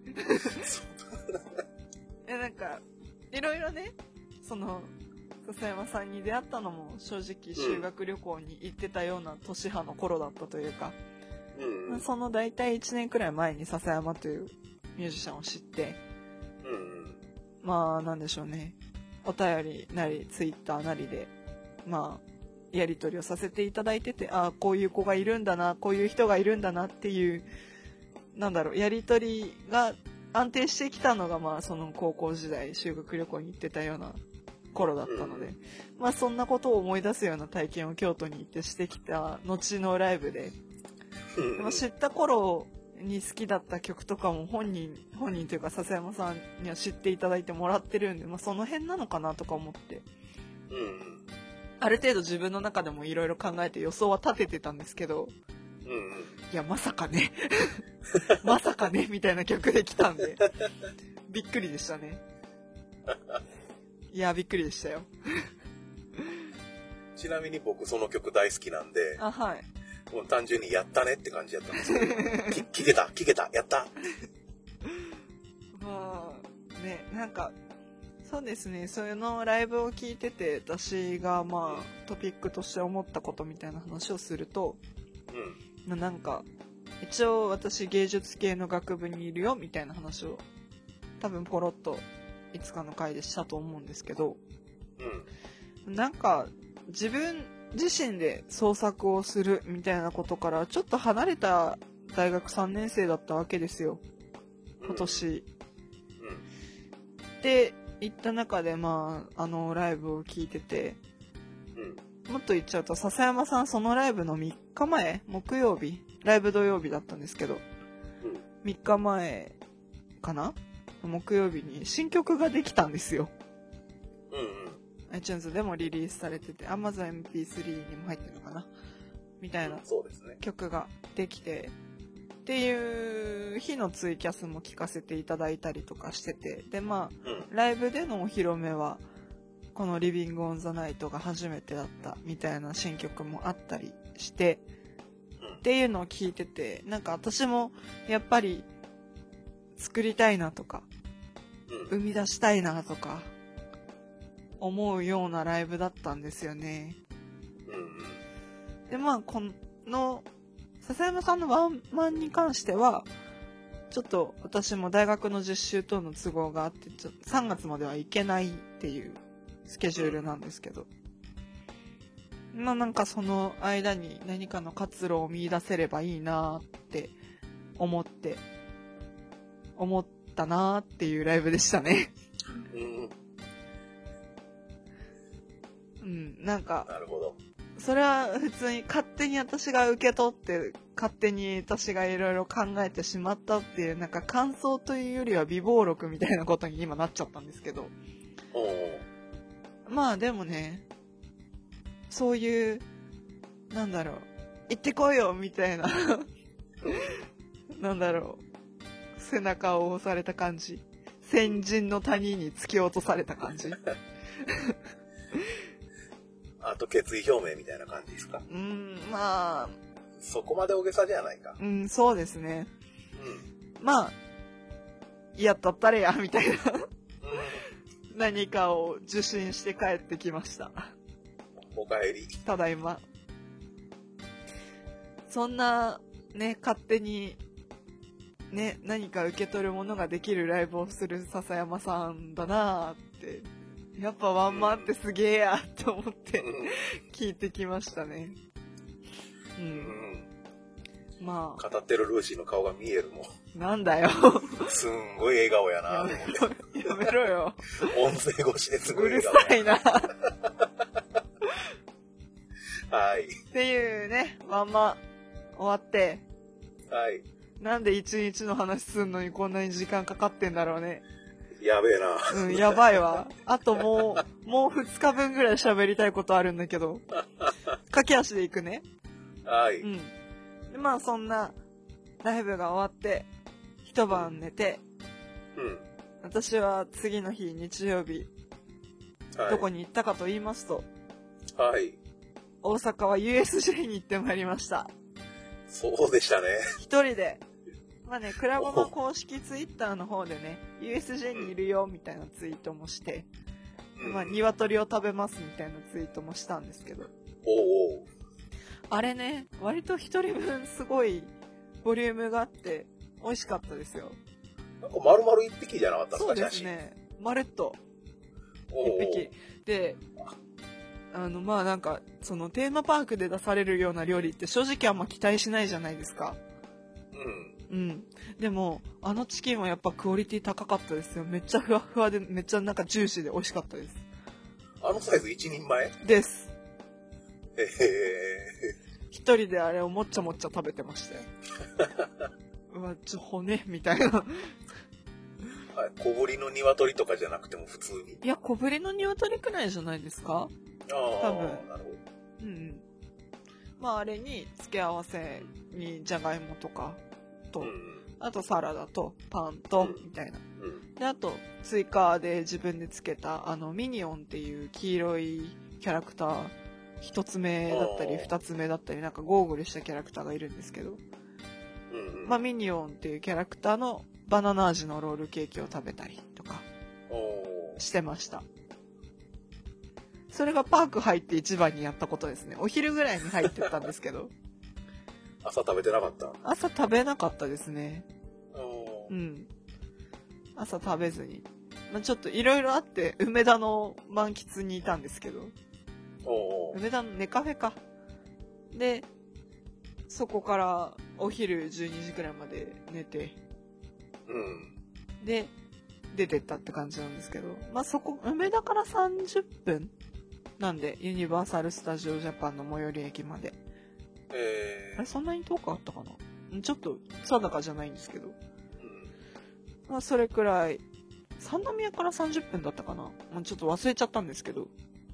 なんか、いろいろね、笹山さんに出会ったのも正直修学旅行に行ってたような年派の頃だったというか、その大体1年くらい前に笹山というミュージシャンを知って、まあなんでしょうね、 お便りなりツイッターなりでまあやり取りをさせていただいてて、あ、こういう子がいるんだな、こういう人がいるんだなっていうなんだろう、やり取りが安定してきたのがまあその高校時代修学旅行に行ってたような頃だったので、まあそんなことを思い出すような体験を京都に行ってしてきた後のライブで、まあ、知った頃に好きだった曲とかも本人というか笹山さんには知っていただいてもらってるんで、まあ、その辺なのかなとか思って、ある程度自分の中でもいろいろ考えて予想は立ててたんですけど、いやまさかねまさかねみたいな曲で来たんでびっくりでしたね。いやびっくりでしたよちなみに僕その曲大好きなんで、 あ、はい、 もう単純にやったねって感じだったんですけど聞けたやったまあね、なんかそうですね、そのライブを聞いてて私がまあトピックとして思ったことみたいな話をすると、なんか一応私芸術系の学部にいるよみたいな話を多分ポロッといつかの回でしたと思うんですけど、なんか自分自身で創作をするみたいなことからちょっと離れた大学3年生だったわけですよ今年、って言った中でまあライブを聞いてて、もっと言っちゃうと笹山さんそのライブの3日前木曜日、ライブ土曜日だったんですけど、3日前かな、木曜日に新曲ができたんですよ。iTunes でもリリースされてて Amazon MP3 にも入ってるのかなみたいな曲ができて、っていう日のツイキャスも聞かせていただいたりとかしてて、でまあ、ライブでのお披露目はこのリビングオンザナイトが初めてだったみたいな新曲もあったりしてっていうのを聞いてて、なんか私もやっぱり作りたいなとか生み出したいなとか思うようなライブだったんですよね。でまあこの笹山さんのワンマンに関してはちょっと私も大学の実習等の都合があって3月までは行けないっていうスケジュールなんですけど、まあなんかその間に何かの活路を見出せればいいなって思ったなっていうライブでしたねなんかなるほど、 それは普通に勝手に私が受け取って勝手に私がいろいろ考えてしまったっていうなんか感想というよりは備忘録みたいなことに今なっちゃったんですけど、まあでもね、そういうなんだろう、行ってこいよみたいななんだろう、背中を押された感じ、先人の谷に突き落とされた感じあと決意表明みたいな感じですか。 まあそこまで大げさじゃないか。 そうですね。まあやったったれやみたいな何かを受信して帰ってきました。 おかえり。 ただいま。そんなね、勝手にね、何か受け取るものができるライブをする笹山さんだなって、やっぱワンマンってすげえやと思って聞いてきましたね。まあ語ってるルーシーの顔が見えるもん。 なんだよすんごい笑顔やなと思って。 やめろよ。 音声越しですごい笑顔。 うるさいなはい。 っていうね、ワンマン終わって、 はい。 なんで一日の話すんのにこんなに時間かかってんだろうね。 やべえな。 やばいわ。あともう2日分ぐらい喋りたいことあるんだけど。駆け足で行くね。 はい。 でまあそんなライブが終わって、一晩寝て、私は次の日日曜日、どこに行ったかと言いますと、 はい。 大阪は USJ に行ってまいりました。 そうでしたね。 一人で。まあね、クラゴの公式ツイッターの方でね、USJ にいるよみたいなツイートもして、まあ鶏を食べますみたいなツイートもしたんですけど、あれね、割と一人分すごいボリュームがあって美味しかったですよ。 なんか丸々一匹じゃなかったですか？ そうですね、まるっと。 1匹。で、まあなんか、そのテーマパークで出されるような料理って正直あんま期待しないじゃないですか。うん。でも、あのチキンはやっぱクオリティ高かったですよ。めっちゃふわふわで、めっちゃなんかジューシーで美味しかったです。 あのサイズ一人前です。一人であれをもっちゃもっちゃ食べてましたよ。うわ、骨みたいな。 小ぶりの鶏とかじゃなくても普通に。 いや、小ぶりの鶏くらいじゃないですか？多分。 なるほど。 うん。まあ、あれに付け合わせにじゃがいもとかと、あとサラダとパンと、みたいな。で、あと追加で自分で付けたミニオンっていう黄色いキャラクター、一つ目だったり二つ目だったりなんかゴーグルしたキャラクターがいるんですけど、まあミニオンっていうキャラクターのバナナ味のロールケーキを食べたりとかしてました。それがパーク入って一番にやったことですね。お昼ぐらいに入ってったんですけど。 朝食べてなかった？ 朝食べなかったですね。うん。朝食べずに。まあ、ちょっといろいろあって、梅田の満喫にいたんですけど。梅田のネカフェか。で、そこからお昼12時くらいまで寝て。で、出てったって感じなんですけど。まあ、梅田から30分なんで、ユニバーサル・スタジオ・ジャパンの最寄り駅まで。あれ、そんなに遠くあったかな？ちょっと定かじゃないんですけど。まあ、それくらい、三宮から30分だったかな？ちょっと忘れちゃったんですけど。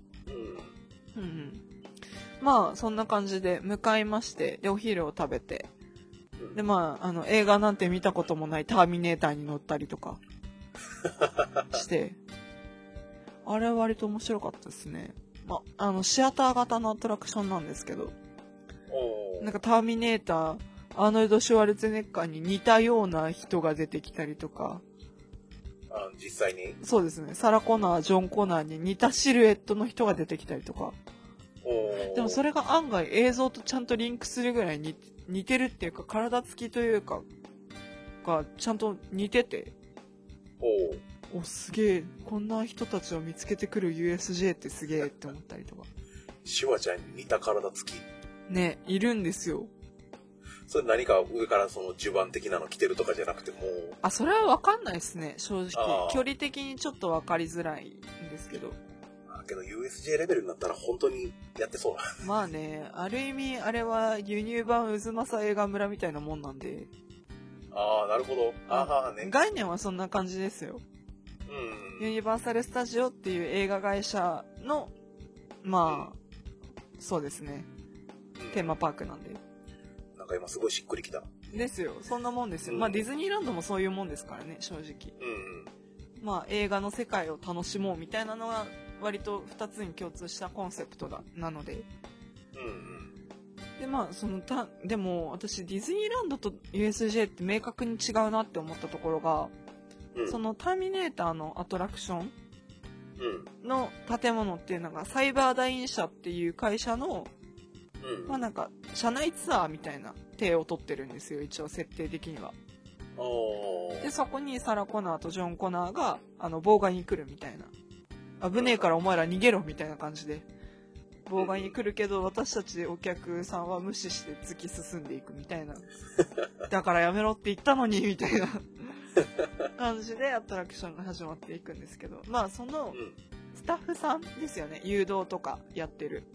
まあ、そんな感じで向かいまして、で、お昼を食べて、で、まあ、映画なんて見たこともないターミネーターに乗ったりとかして、あれは割と面白かったですね。まあ、シアター型のアトラクションなんですけど、なんかターミネーター、アーノルド・シュワルツェネッガーに似たような人が出てきたりとか。 実際に？ そうですね。サラ・コナー、ジョン・コナーに似たシルエットの人が出てきたりとか。でもそれが案外映像とちゃんとリンクするぐらいに似てるっていうか、体つきというか、がちゃんと似てて。すげえ、こんな人たちを見つけてくる USJ ってすげえって思ったりとか。 シュワちゃんに似た体つきね、いるんですよ。 それ何か上からその襦袢的なの着てるとかじゃなくてもそれは分かんないですね、正直。距離的にちょっと分かりづらいんですけど。 けど USJ レベルになったら本当にやってそうな。 まあね、ある意味あれは輸入版渦政映画村みたいなもんなんで。 なるほど。ね。 概念はそんな感じですよ。ユニバーサル・スタジオっていう映画会社の、まあ、そうですね。テーマパークなんで。 なんか今すごいしっくりきた。 ですよ。そんなもんですよ。まあディズニーランドもそういうもんですからね、正直。まあ映画の世界を楽しもうみたいなのが割と2つに共通したコンセプトなので。でまあでも私ディズニーランドと USJ って明確に違うなって思ったところが、そのターミネーターのアトラクションの建物っていうのがサイバーダイン社っていう会社の、まあなんか社内ツアーみたいな体を取ってるんですよ、一応設定的には。でそこにサラ・コナーとジョン・コナーが妨害に来るみたいな、危ねえからお前ら逃げろみたいな感じで妨害に来るけど、私たちお客さんは無視して突き進んでいくみたいなだからやめろって言ったのにみたいな感じでアトラクションが始まっていくんですけど、まあそのスタッフさんですよね、誘導とかやってる。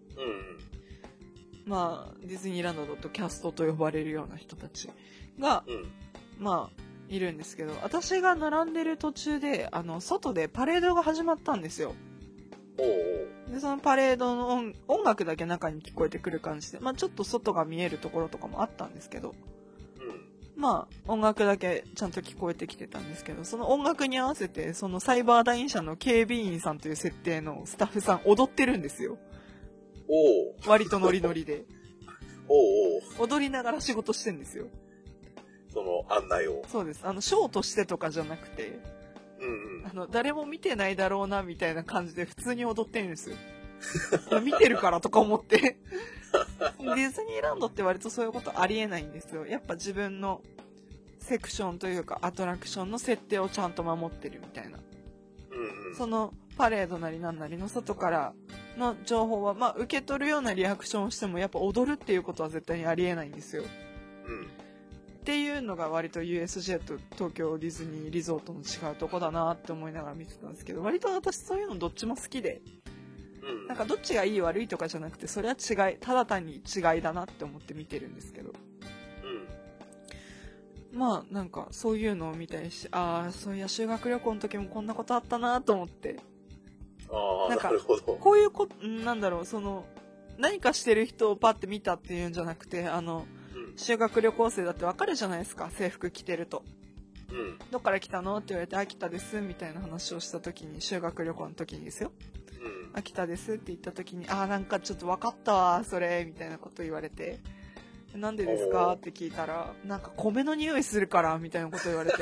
まあディズニーランドだとキャストと呼ばれるような人たちが、まあいるんですけど、私が並んでる途中で外でパレードが始まったんですよ。でそのパレードの音楽だけ中に聞こえてくる感じで、まあちょっと外が見えるところとかもあったんですけど、まあ音楽だけちゃんと聞こえてきてたんですけど、その音楽に合わせてそのサイバーダイン社の警備員さんという設定のスタッフさん踊ってるんですよ。割とノリノリで踊りながら仕事してんですよ、 その案内を。 そうです。ショーとしてとかじゃなくて、誰も見てないだろうなみたいな感じで普通に踊ってるんですよ見てるからとか思ってディズニーランドって割とそういうことありえないんですよ。やっぱ自分のセクションというかアトラクションの設定をちゃんと守ってるみたいな。そのパレードなりなんなりの外からの情報は、まあ、受け取るようなリアクションをしても、やっぱ踊るっていうことは絶対にありえないんですよ。っていうのが割と USJ と東京ディズニーリゾートの違うとこだなって思いながら見てたんですけど、割と私そういうのどっちも好きで、なんかどっちがいい悪いとかじゃなくて、それは違い、ただ単に違いだなって思って見てるんですけど。まあなんかそういうのを見たりし、ああそういや修学旅行の時もこんなことあったなと思って、なんかこういうなんだろう、その何かしてる人をパッて見たっていうんじゃなくて、修学旅行生だってわかるじゃないですか、制服着てると。どっから来たのって言われて、秋田ですみたいな話をした時に、修学旅行の時にですよ、秋田ですって言った時に、なんかちょっと分かったわそれみたいなこと言われて、なんでですかって聞いたら、なんか米の匂いするからみたいなこと言われて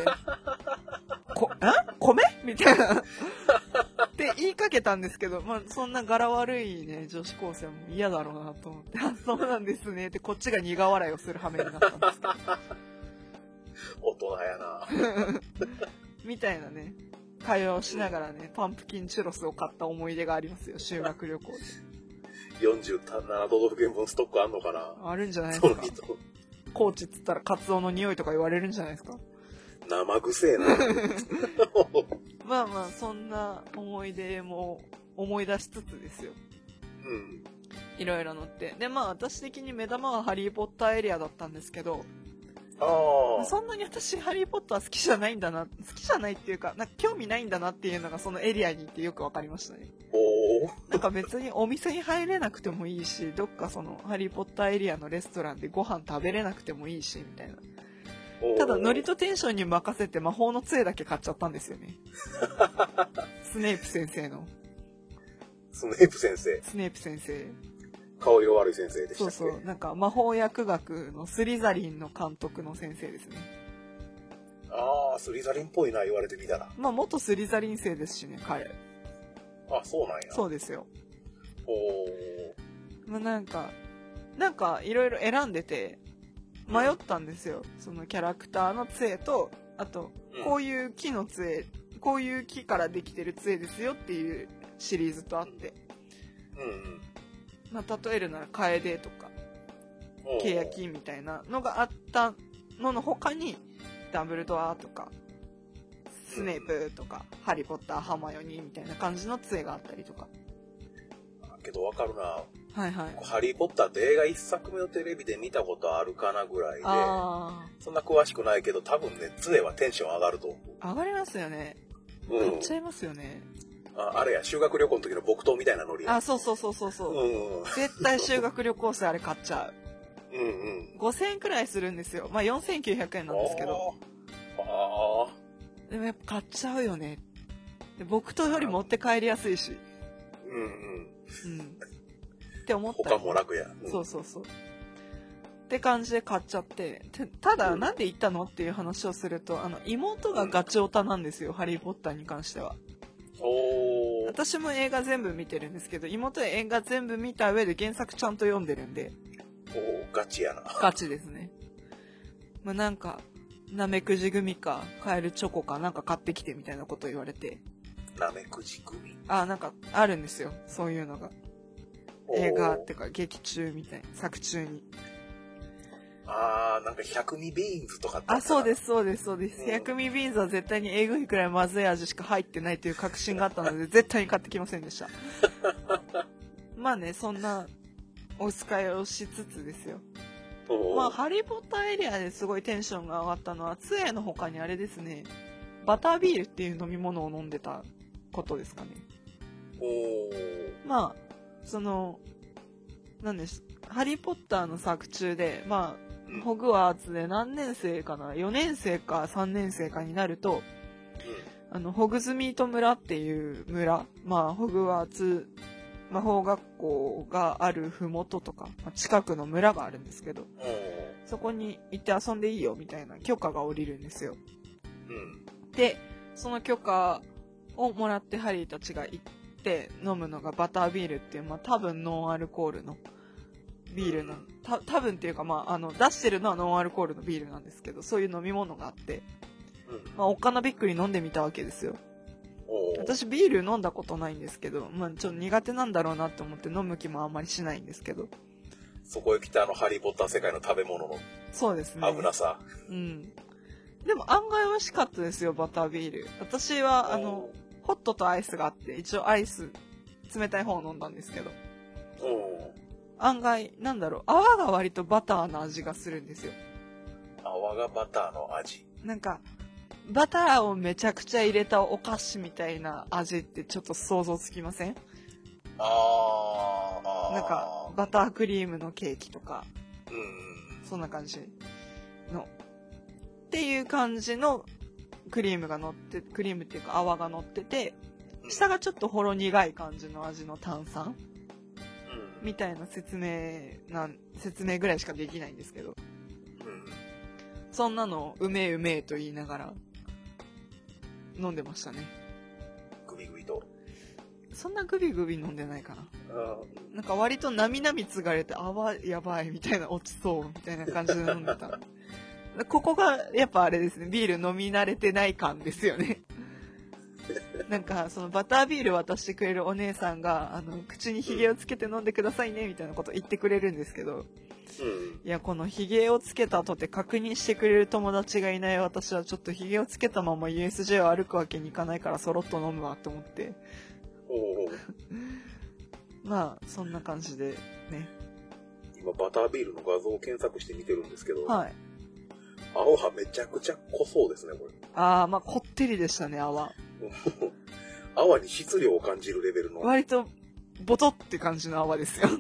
米みたいなって言いかけたんですけど、まあそんな柄悪いね女子高生も嫌だろうなと思って、そうなんですねってこっちが苦笑いをする羽目になったんですけど大人やなみたいなね会話をしながらね、パンプキンチュロスを買った思い出がありますよ、修学旅行で。 47都道府県分ストックあんのかな。 あるんじゃないですか。高知っつったらカツオの匂いとか言われるんじゃないですか。 生臭えなまあまあそんな思い出も思い出しつつですよ、いろいろ乗って。でまあ私的に目玉はハリーポッターエリアだったんですけど、そんなに私ハリーポッター好きじゃないんだな、好きじゃないっていうか、なんか興味ないんだなっていうのがそのエリアに行ってよく分かりましたね。なんか別にお店に入れなくてもいいし、どっかそのハリーポッターエリアのレストランでご飯食べれなくてもいいしみたいな。ただノリとテンションに任せて魔法の杖だけ買っちゃったんですよねスネープ先生の。 スネープ先生。 スネープ先生。 顔色悪い先生でしたっけ。 そうそう、なんか魔法薬学のスリザリンの監督の先生ですね。 スリザリンっぽいな言われてみたら。 まあ元スリザリン生ですしね彼。 そうなんや。 そうですよ。まあなんかいろいろ選んでて迷ったんですよ、そのキャラクターの杖と、あとこういう木の杖、こういう木からできてる杖ですよっていうシリーズとあって、まあ例えるならカエデとかケヤキみたいなのがあったのの他に、ダンブルドアとかスネープとか、ハリーポッター、ハーマイオニーみたいな感じの杖があったりとか。 けどわかるな。 はいはい。 ハリーポッターって映画1作目のテレビで見たことあるかなぐらいで、そんな詳しくないけど、多分ね、杖はテンション上がると思う。 上がりますよね。買っちゃいますよね。 あれや、修学旅行の時の木刀みたいなノリや。 そう。絶対修学旅行生あれ買っちゃう。5000円くらいするんですよ。まあ4900円なんですけど。でもやっぱ買っちゃうよね。で木刀より持って帰りやすいし。って思った。 他も楽や。 そう。って感じで買っちゃって。ただ、なんで行ったのっていう話をすると、妹がガチオタなんですよ、ハリーポッターに関しては。私も映画全部見てるんですけど、妹は映画全部見た上で原作ちゃんと読んでるんで。 ガチやな。 ガチですね。まあなんか、なめくじ組か、カエルチョコかなんか買ってきてみたいなこと言われて。 なめくじ組？ なんかあるんですよ、そういうのが。映画ってか劇中みたいな、作中に。 なんか百味ビーンズとかってそうです。百味ビーンズは絶対にえぐいくらいまずい味しか入ってないという確信があったので絶対に買ってきませんでしたまあね、そんなお使いをしつつですよ。まあハリーポッターエリアですごいテンションが上がったのは、杖の他にあれですね、バタービールっていう飲み物を飲んでたことですかね。まあそのなんです、ハリーポッターの作中で、まあホグワーツで何年生かな、4年生か3年生かになると、ホグズミート村っていう村、まあホグワーツ魔法学校があるふもととか、近くの村があるんですけど、そこに行って遊んでいいよみたいな許可が下りるんですよ。でその許可をもらってハリーたちが行って飲むのがバタービールっていう、まあ多分ノンアルコールのビールの、多分っていうか、まあ出してるのはノンアルコールのビールなんですけど、そういう飲み物があって、まあおっかなびっくり飲んでみたわけですよ。 私ビール飲んだことないんですけど、まあちょっと苦手なんだろうなって思って飲む気もあんまりしないんですけど。 そこへ来たハリーポッター世界の食べ物のそうですね。 危なさ。 うん。でも案外美味しかったですよ、バタービール。私はホットとアイスがあって、一応アイス、冷たい方を飲んだんですけど。案外、なんだろう、泡が割とバターの味がするんですよ。 泡がバターの味。 なんか、バターをめちゃくちゃ入れたお菓子みたいな味ってちょっと想像つきません？なんか、バタークリームのケーキとか、そんな感じの。っていう感じのクリームが乗って、クリームっていうか泡が乗ってて、下がちょっとほろ苦い感じの味の炭酸みたいな説明ぐらいしかできないんですけど、そんなのをうめえうめえと言いながら飲んでましたね。 グビグビと。そんなグビグビ飲んでないかな。なんか割となみなみつがれて、泡やばいみたいな、落ちそうみたいな感じで飲んでた。ここがやっぱあれですね、ビール飲み慣れてない感ですよね。なんかそのバタービール渡してくれるお姉さんが口にヒゲをつけて飲んでくださいねみたいなこと言ってくれるんですけど、いやこのヒゲをつけた後で確認してくれる友達がいない私はちょっとヒゲをつけたまま USJ を歩くわけにいかないからそろっと飲むわと思ってまあそんな感じでね。 今バタービールの画像を検索して見てるんですけど、 はい、 泡はめちゃくちゃ濃そうですねこれ。 まあこってりでしたね泡。 泡に質量を感じるレベルの。 割とボトって感じの泡ですよ。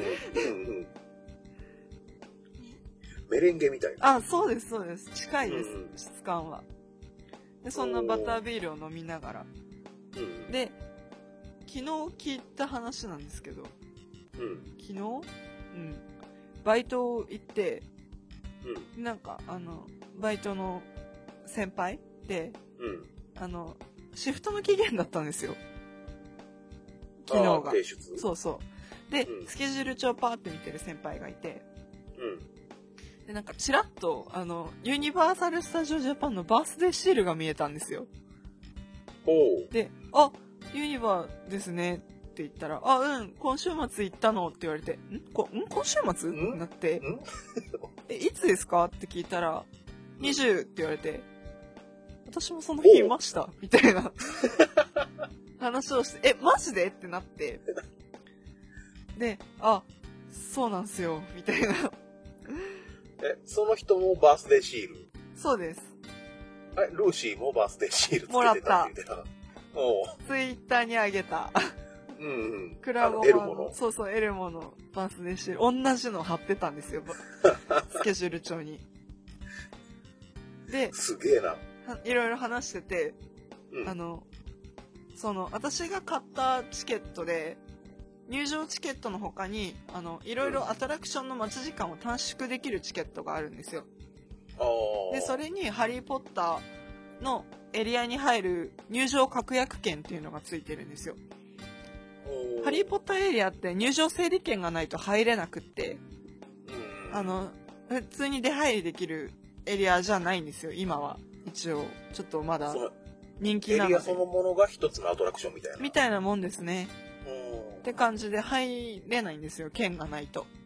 メレンゲみたいな。 そうですそうです。近いです、質感は。でそんなバタービールを飲みながら、で昨日聞いた話なんですけど、昨日バイト行って、なんかバイトの先輩で、シフトの期限だったんですよ昨日が。そうそうで、スケジュール帳パーって見てる先輩がいて、でなんかチラッとユニバーサル・スタジオ・ジャパンのバースデーシールが見えたんですよ。でユニバーですねって言ったら、今週末行ったのって言われて、今週末ってなって、いつですかって聞いたら、20って言われて、私もその日いましたみたいな話をして、マジでってなって、で、そうなんすよみたいな。 その人もバースデーシール？ そうです。 ルーシーもバースデーシールつけてたって言ってた。 ツイッターにあげた。クラブエルモの。 そうそう、エルモのバースデーシール。同じの貼ってたんですよ。スケジュール帳に。で、 すげえな。 いろいろ話してて、私が買ったチケットで、入場チケットの他に、いろいろアトラクションの待ち時間を短縮できるチケットがあるんですよ。で、それにハリーポッターのエリアに入る入場確約券っていうのがついてるんですよ。ハリーポッターエリアって入場整理券がないと入れなくって、普通に出入りできるエリアじゃないんですよ、今は。一応、ちょっとまだ人気なので。 エリアそのものが一つのアトラクションみたいな。 みたいなもんですね。って感じで入れないんですよ、券がないと。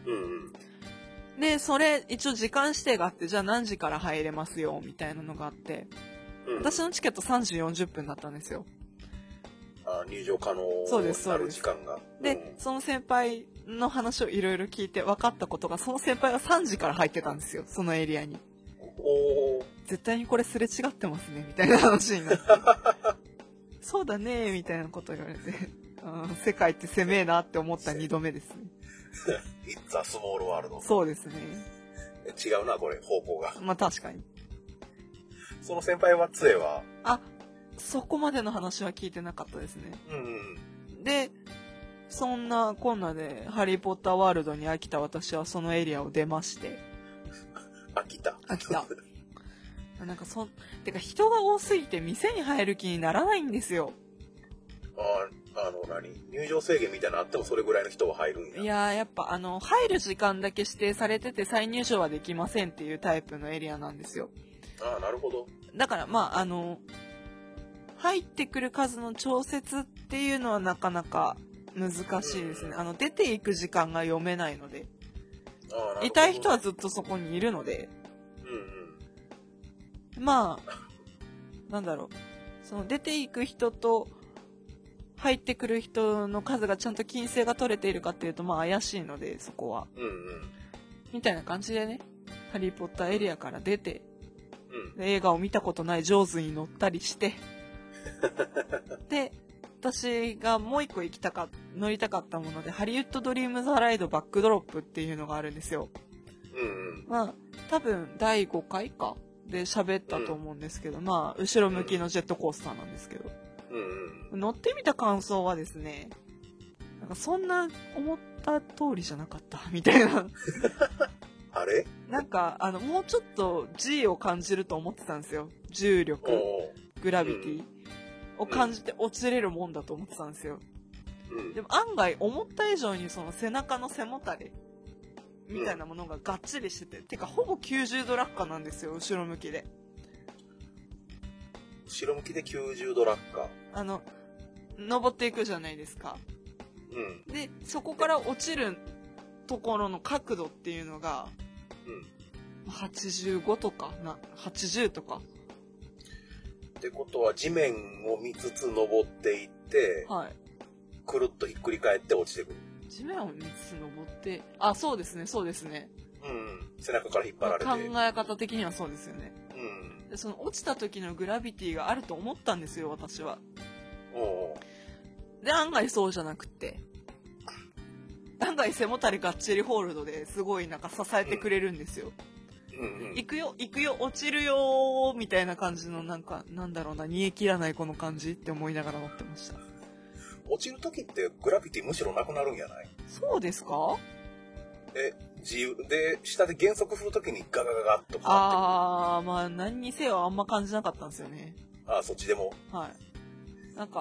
で、それ、一応時間指定があって、じゃあ何時から入れますよ、みたいなのがあって、私のチケット3時40分だったんですよ。 入場可能になる時間が。 で、その先輩の話をいろいろ聞いて分かったことが、その先輩は3時から入ってたんですよ、そのエリアに。絶対にこれすれ違ってますね、みたいな話になって。そうだね、みたいなこと言われて、世界って狭えなって思った2度目ですね。 It's a small world。 そうですね。 違うな、これ、方向が。 まあ確かに。 その先輩は、杖は？ そこまでの話は聞いてなかったですね。で、そんなこんなで、ハリーポッターワールドに飽きた私はそのエリアを出まして。 飽きた。 なんかてか人が多すぎて店に入る気にならないんですよ。 入場制限みたいなのあってもそれぐらいの人は入るんや。 いややっぱ入る時間だけ指定されてて再入場はできませんっていうタイプのエリアなんですよ。 なるほど。 だからまあ入ってくる数の調節っていうのはなかなか難しいですね。出ていく時間が読めないので。いたい人はずっとそこにいるので。まあ、なんだろう。その出ていく人と入ってくる人の数がちゃんと均整が取れているかっていうと、まあ怪しいので、そこは。みたいな感じでね、ハリーポッターエリアから出て、映画を見たことないジョーズに乗ったりして、で、私がもう一個乗りたかったもので、ハリウッドドリームザライドバックドロップっていうのがあるんですよ。まあ、多分第5回かで喋ったと思うんですけど、まあ、後ろ向きのジェットコースターなんですけど、乗ってみた感想はですね、なんかそんな思った通りじゃなかったみたいな。 あれ？ なんかもうちょっと G を感じると思ってたんですよ。重力、グラビティを感じて落ちれるもんだと思ってたんですよ。でも案外思った以上にその背中の背もたれみたいなものががっちりしてて、てかほぼ90度落下なんですよ、後ろ向きで。 後ろ向きで90度落下。 登っていくじゃないですか。で、そこから落ちるところの角度っていうのが、85とか80とか。 ってことは地面を見つつ登っていって、くるっとひっくり返って落ちてくる。 地面を見つつ登って、そうですね、そうですね。 背中から引っ張られて。 考え方的にはそうですよね。で、その落ちた時のグラビティがあると思ったんですよ、私は。で、案外そうじゃなくて。案外背もたれがっちりホールドですごいなんか支えてくれるんですよ。行くよ、落ちるよみたいな感じのなんか、なんだろうな、煮え切らないこの感じって思いながら乗ってました。 落ちる時ってグラビティむしろなくなるんやない？ そうですか？ 自由で、下で減速する時にガガガガッとまあ何にせよあんま感じなかったんですよね。 そっちでも？ はい。なんか、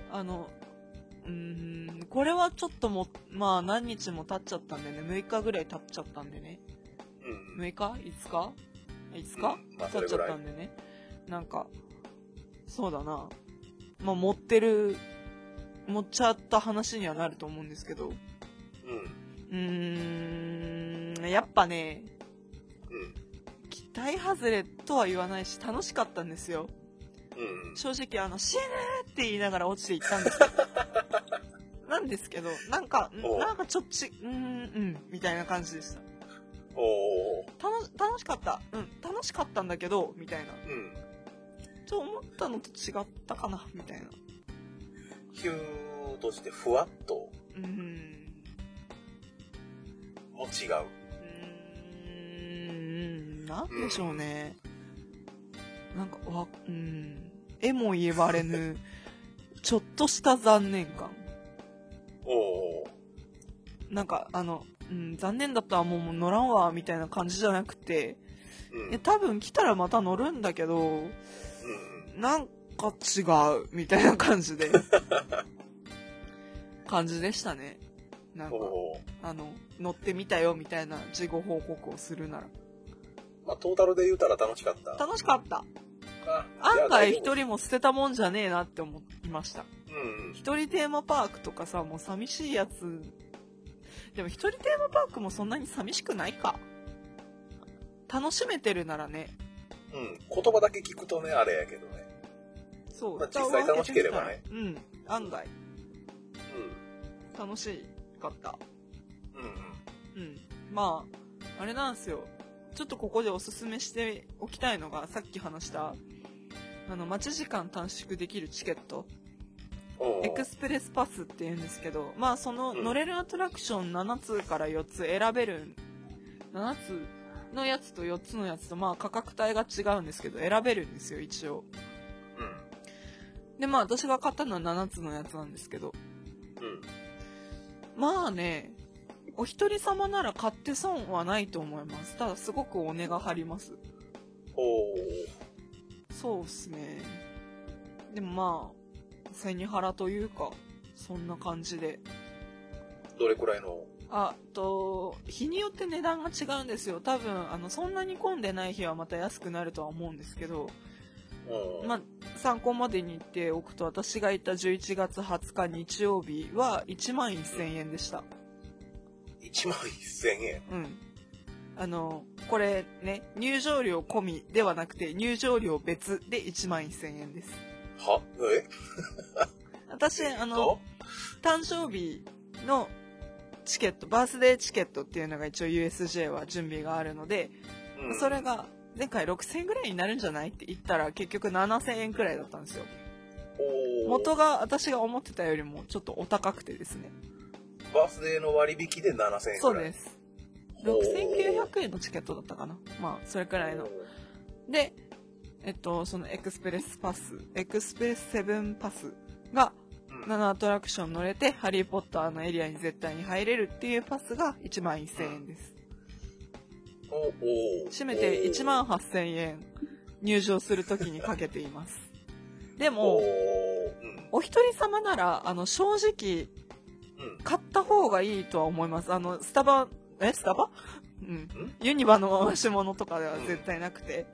これはちょっとまあ何日も経っちゃったんでね、6日ぐらい経っちゃったんでね。6日 ?5 日 ?5 日、経っちゃったんでね。なんか、そうだな。まあ持っちゃった話にはなると思うんですけど。やっぱね、期待外れとは言わないし楽しかったんですよ。正直死ぬって言いながら落ちていったんですよ。なんですけど、なんかちょっとみたいな感じでした。楽しかった。楽しかったんだけど、みたいな。と思ったのと違ったかな、みたいな。 ヒューとしてふわっと。も違う。なんでしょうね。なんか、えも言われぬ、ちょっとした残念感。なんか、残念だったらもう乗らんわ、みたいな感じじゃなくて、多分来たらまた乗るんだけど、なんか違う、みたいな感じで。感じでしたね。なんか、乗ってみたよ、みたいな事後報告をするなら。 まあ、トータルで言うたら楽しかった。 楽しかった。案外一人も捨てたもんじゃねえなって思いました。一人テーマパークとかさ、もう寂しいやつ。でも一人テーマパークもそんなに寂しくないか。楽しめてるならね。 言葉だけ聞くとね、あれやけどね。 そう。 まあ、実際楽しければね。 案外。楽しかった。まあ、あれなんですよ。ちょっとここでおすすめしておきたいのが、さっき話した、待ち時間短縮できるチケット。エクスプレスパスって言うんですけど、まあその乗れるアトラクション7つから4つ選べる、7つのやつと4つのやつとまあ価格帯が違うんですけど、選べるんですよ、一応。で、まあ私が買ったのは7つのやつなんですけど。まあね、お一人様なら買って損はないと思います。ただすごくお値が張ります。そうっすね。でもまあ、背に腹というか、そんな感じで。 どれくらいの？ 日によって値段が違うんですよ。多分、そんなに混んでない日はまた安くなるとは思うんですけど、 まあ、参考までに言っておくと、私がいた11月20日日曜日は11,000円でした。 11,000円。 うん。これね、入場料込みではなくて、入場料別で11,000円です。 は？ 私、誕生日のチケット、バースデーチケットっていうのが一応 USJ は準備があるので、それが前回6,000円ぐらいになるんじゃないって言ったら結局7,000円くらいだったんですよ。元が私が思ってたよりもちょっとお高くてですね。 バースデーの割引で7,000円くらい。 そうです。6,900円のチケットだったかな。まあそれくらいの。で、そのエクスプレスセブンパスが7アトラクション乗れてハリーポッターのエリアに絶対に入れるっていうパスが11,000円です。締めて18,000円入場するときにかけています。でも、お一人様なら正直買った方がいいとは思います。スタバうん。ユニバの回し物とかでは絶対なくて。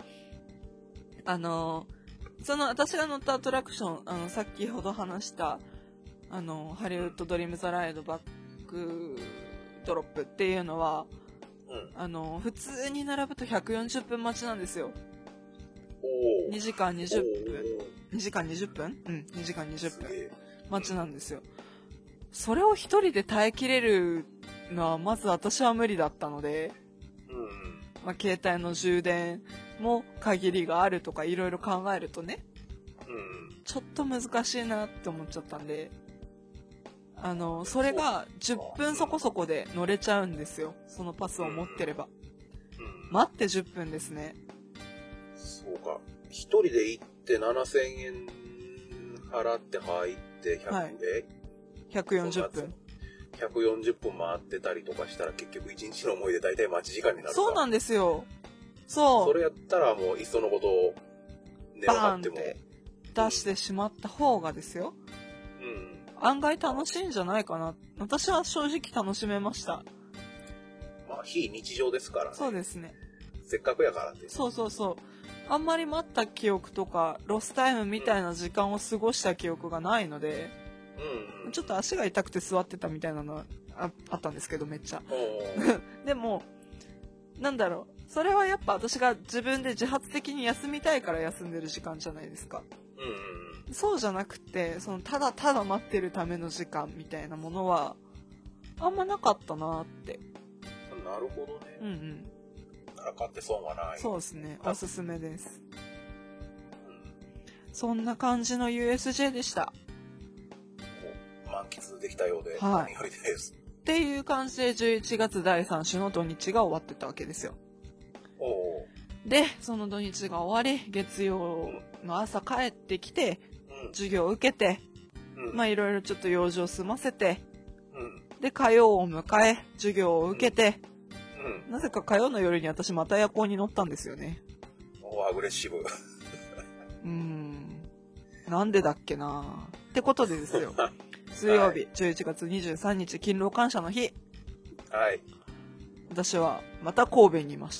私が乗ったアトラクション、先ほど話した、ハリウッドドリームザライドバックドロップっていうのは、普通に並ぶと140分待ちなんですよ。2時間20分。2時間20分うん、2時間20分待ちなんですよ。それを一人で耐えきれるのはまず私は無理だったので、まあ、携帯の充電も限りがあるとかいろいろ考えるとね、ちょっと難しいなって思っちゃったんで、それが10分そこそこで乗れちゃうんですよ。そのパスを持ってれば。待って10分ですね。 そうか。一人で行って7,000円払って入って 140分。 140分回ってたりとかしたら結局1日の思い出大体待ち時間になるから。 そうなんですよ。そう。 それやったらもういっそのことをバーンって出してしまった方がですよ。案外楽しいんじゃないかな。私は正直楽しめました。 まあ非日常ですからね。 そうですね。 せっかくやからって。 そうそうそう。あんまり待った記憶とかロスタイムみたいな時間を過ごした記憶がないので、ちょっと足が痛くて座ってたみたいなのは あったんですけど、めっちゃ。でもなんだろう、それはやっぱ私が自分で自発的に休みたいから休んでる時間じゃないですか。そうじゃなくて、ただただ待ってるための時間みたいなものはあんまなかったなって。 なるほどね。なら買って損はない。 そうですね、おすすめです。そんな感じの USJ でした。 満喫できたようで何よりです。 っていう感じで11月第3週の土日が終わってたわけですよ。で、その土日が終わり、月曜の朝帰ってきて、授業を受けて、まあいろいろちょっと用事を済ませて、で、火曜を迎え、授業を受けて、なぜか火曜の夜に私また夜行に乗ったんですよね。 アグレッシブ。 なんでだっけなってことでですよ。水曜日、11月23日、勤労感謝の日。 はい。 私はまた神戸にいました。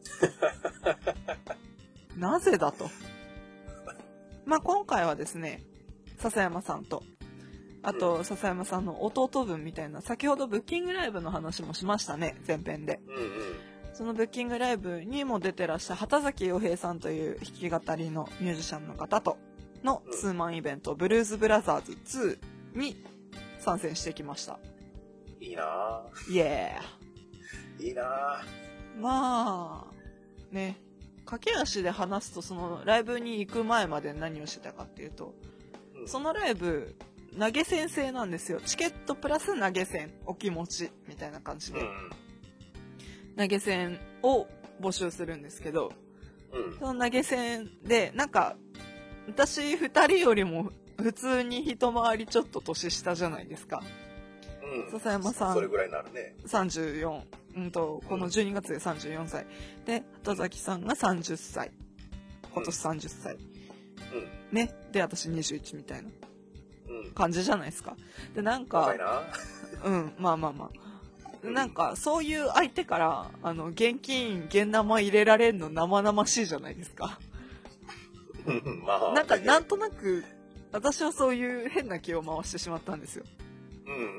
なぜだと。まあ今回はですね、笹山さんと、あと笹山さんの弟分みたいな、先ほどブッキングライブの話もしましたね、前編で。そのブッキングライブにも出てらっしゃる畑崎洋平さんという弾き語りのミュージシャンの方とのツーマンイベント、ブルーズブラザーズ2に参戦してきました。 いいなぁ。 イエー。いいなぁ。まあ、ね、駆け足で話すと、そのライブに行く前まで何をしてたかっていうと、そのライブ、投げ銭制なんですよ。チケットプラス投げ銭、お気持ちみたいな感じで、投げ銭を募集するんですけど、その投げ銭で、なんか、私2人よりも普通に一回りちょっと年下じゃないですか。笹山さん、 それぐらいになるね。 34、この12月で34歳。で、畑崎さんが30歳。今年30歳。ね。で、私21みたいな感じじゃないですか。で、なんか、まあまあまあ。なんか、そういう相手から、現金、現生入れられるの生々しいじゃないですか。 まあ、 なんとなく、私はそういう変な気を回してしまったんですよ。 うんうん。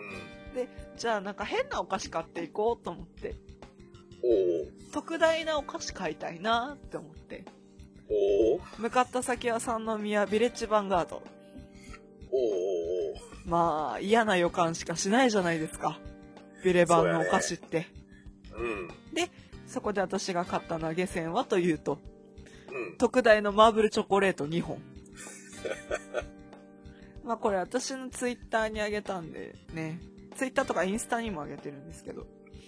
で、じゃあなんか変なお菓子買っていこうと思って、 おお。 特大なお菓子買いたいなって思って、 おお。 向かった先は三宮ビレッジヴァンガード。 おお。 まあ、嫌な予感しかしないじゃないですか。ビレバンのお菓子って。 うん。 で、そこで私が買った投げ銭はというと、 うん。 特大のマーブルチョコレート2本。まあこれ私のツイッターにあげたんでね、ツイッターとかインスタにもあげてるんですけど、 うん。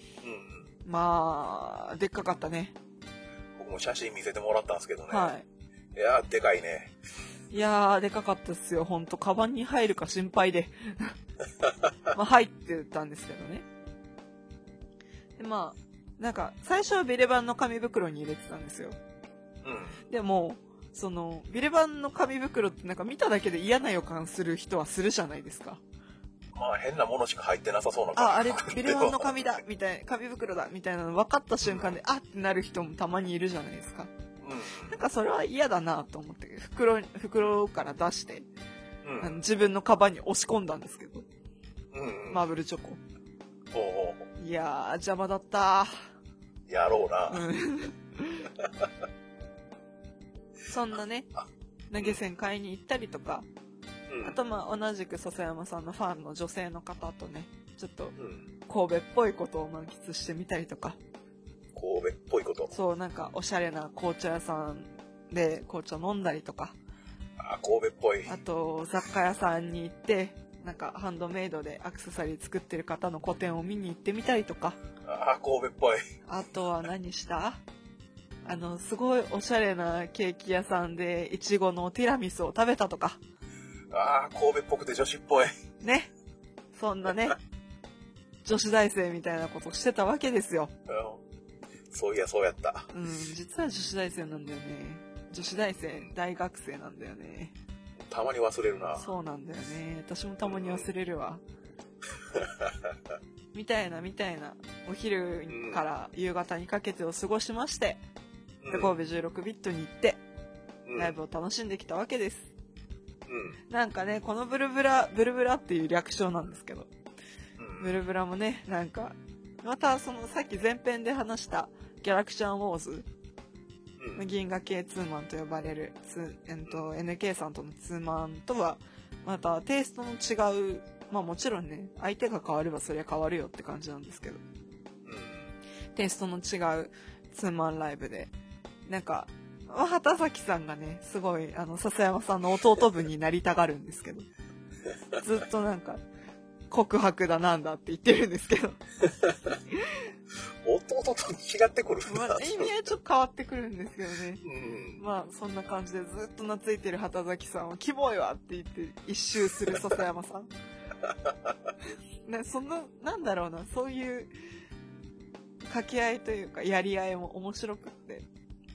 まあ、でっかかったね。 僕も写真見せてもらったんですけどね。 はいやー、でかいね。 い。いやー、でかかったっすよ。ほんと、カバンに入るか心配で。まあ入ってたんですけどね。で、まあ、なんか、最初はビレバンの紙袋に入れてたんですよ。 うん。 でも、その、ビレバンの紙袋ってなんか見ただけで嫌な予感する人はするじゃないですか。 まあ変なものしか入ってなさそうなあ、あれ、 感じ。 ビレバンの紙だみたいな、紙袋だみたいなの分かった瞬間で、あってなる人もたまにいるじゃないですか。なんかそれは嫌だなと思って、袋から出して、 うん。 自分のカバンに押し込んだんですけど、 うん。うん。 マーブルチョコ。 おお。 いやー、邪魔だったやろうな。 うんそんなね、投げ銭買いに行ったりとか、 うん。 あとまあ同じく笹山さんのファンの女性の方とね、ちょっとうん。 神戸っぽいことを満喫してみたりとか、 神戸っぽいこと。 そうなんかおしゃれな紅茶屋さんで紅茶飲んだりとか、 あ、神戸っぽい。 あと雑貨屋さんに行って、なんかハンドメイドでアクセサリー作ってる方の個展を見に行ってみたりとか、 あ、神戸っぽい。 あとは何したすごいおしゃれなケーキ屋さんでいちごのティラミスを食べたとか、 あ、神戸っぽくて女子っぽい。 ね。そんなね、女子大生みたいなことしてたわけですよ。 そういや、そうやった。 うん、実は女子大生なんだよね。女子大生、大学生なんだよね。 たまに忘れるな。 そうなんだよね。私もたまに忘れるわ。みたいな、お昼から夕方にかけてを過ごしまして、で神戸16ビットに行って、ライブを楽しんできたわけです。なんかね、このブルブラっていう略称なんですけど、ブルブラもね、なんか、またそのさっき前編で話したギャラクシャンウォーズ、銀河系ツーマンと呼ばれる、NK さんとのツーマンとは、またテイストの違う、まあもちろんね、相手が変わればそりゃ変わるよって感じなんですけど、テイストの違うツーマンライブで、なんか、畑崎さんがね、すごい、笹山さんの弟分になりたがるんですけど、ずっとなんか、告白だなんだって言ってるんですけど。 弟と違ってくるんだ。 まあ、意味合いちょっと変わってくるんですけどね。 うん。 まあ、そんな感じでずっと懐いてる畑崎さんを、キモいわって言って一周する笹山さん。そんな、なんだろうな、そういう、掛け合いというか、やり合いも面白くって。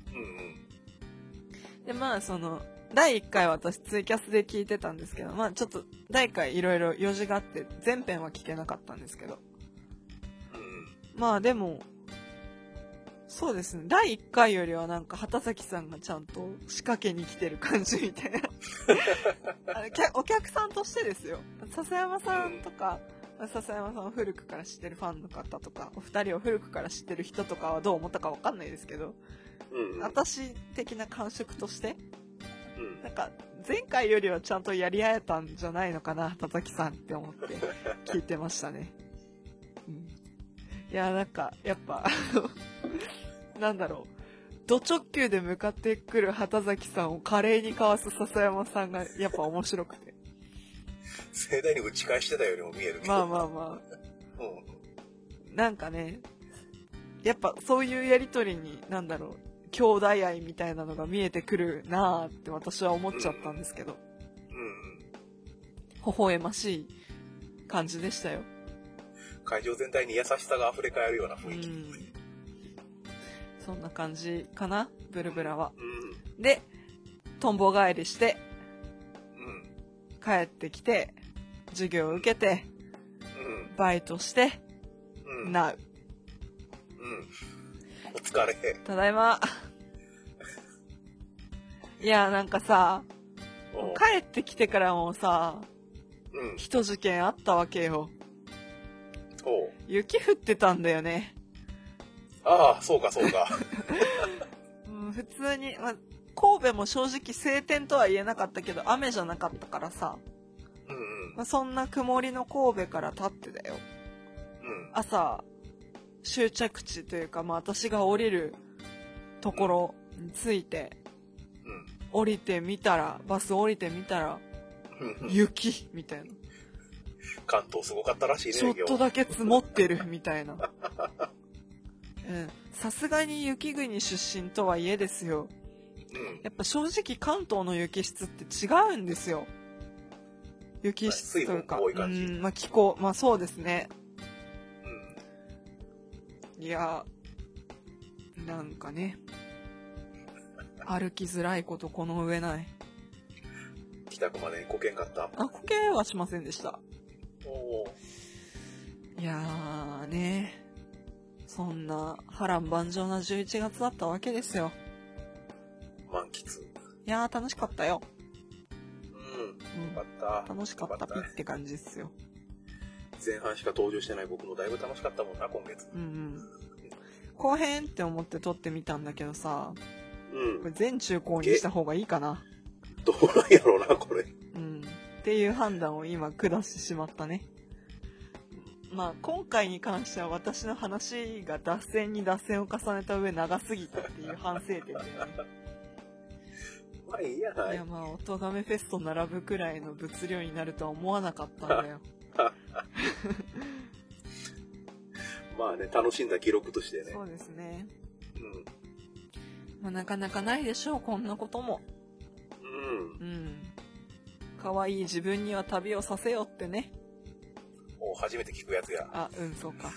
で、まあ、第1回私ツイキャスで聞いてたんですけど、まあちょっと第1回いろいろ用事があって全編は聞けなかったんですけど。まあでも、そうですね、第1回よりはなんか畑崎さんがちゃんと仕掛けに来てる感じみたいな。お客さんとしてですよ。笹山さんとか、笹山さんを古くから知ってるファンの方とか、お二人を古くから知ってる人とかはどう思ったかわかんないですけど、私的な感触として、なんか前回よりはちゃんとやり合えたんじゃないのかな、畑さんって思って聞いてましたね。いや、なんかやっぱなんだろう、ド直球で向かってくる畑崎さんを華麗にかわす笹山さんがやっぱ面白くて、 盛大に打ち返してたようにも見えるけど。 まあ、なんかね、やっぱそういうやりとりになんだろう、兄弟愛みたいなのが見えてくるなーって私は思っちゃったんですけど、微笑ましい感じでしたよ。 会場全体に優しさが溢れ返るような雰囲気。 そんな感じかな、ブルブラは。で、とんぼ返りして、帰ってきて、授業を受けて、バイトして、なう。お疲れ。 ただいま。いいや、なんかさ、帰ってきてからもさ、一事件あったわけよ。雪降ってたんだよね。 ああ、そうかそうか。 普通に、神戸も正直晴天とは言えなかったけど、雨じゃなかったからさ、そんな曇りの神戸から立ってだよ。朝、終着地というか、私が降りるところに着いて、降りてみたら、バス降りてみたら、雪みたいな。 関東すごかったらしいね。 ちょっとだけ積もってるみたいな。さすがに雪国出身とはいえですよ。やっぱ正直関東の雪質って違うんですよ。雪質というか、気候、そうですね。いや、なんかね、歩きづらいことこの上ない。 北区までこけんかった？ こけはしませんでした。いやーね、そんな波乱万丈な11月だったわけですよ。 満喫。 いやー楽しかったよ。 よかった。 楽しかったピって感じですよ。 前半しか登場してない僕もだいぶ楽しかったもんな、今月。 後編って思って撮ってみたんだけどさ、これ全中高にした方がいいかな。 どうなんやろうな、これ。 っていう判断を今下してしまったね。今回に関しては私の話が脱線に脱線を重ねた上長すぎたっていう反省点だよね。 いいやない。 いやおとがめフェスと並ぶくらいの物量になるとは思わなかったんだよ。 楽しんだ記録としてね。 そうですね。なかなかないでしょう、こんなことも。可愛い自分には旅をさせよってね。 初めて聞くやつや。 そうか。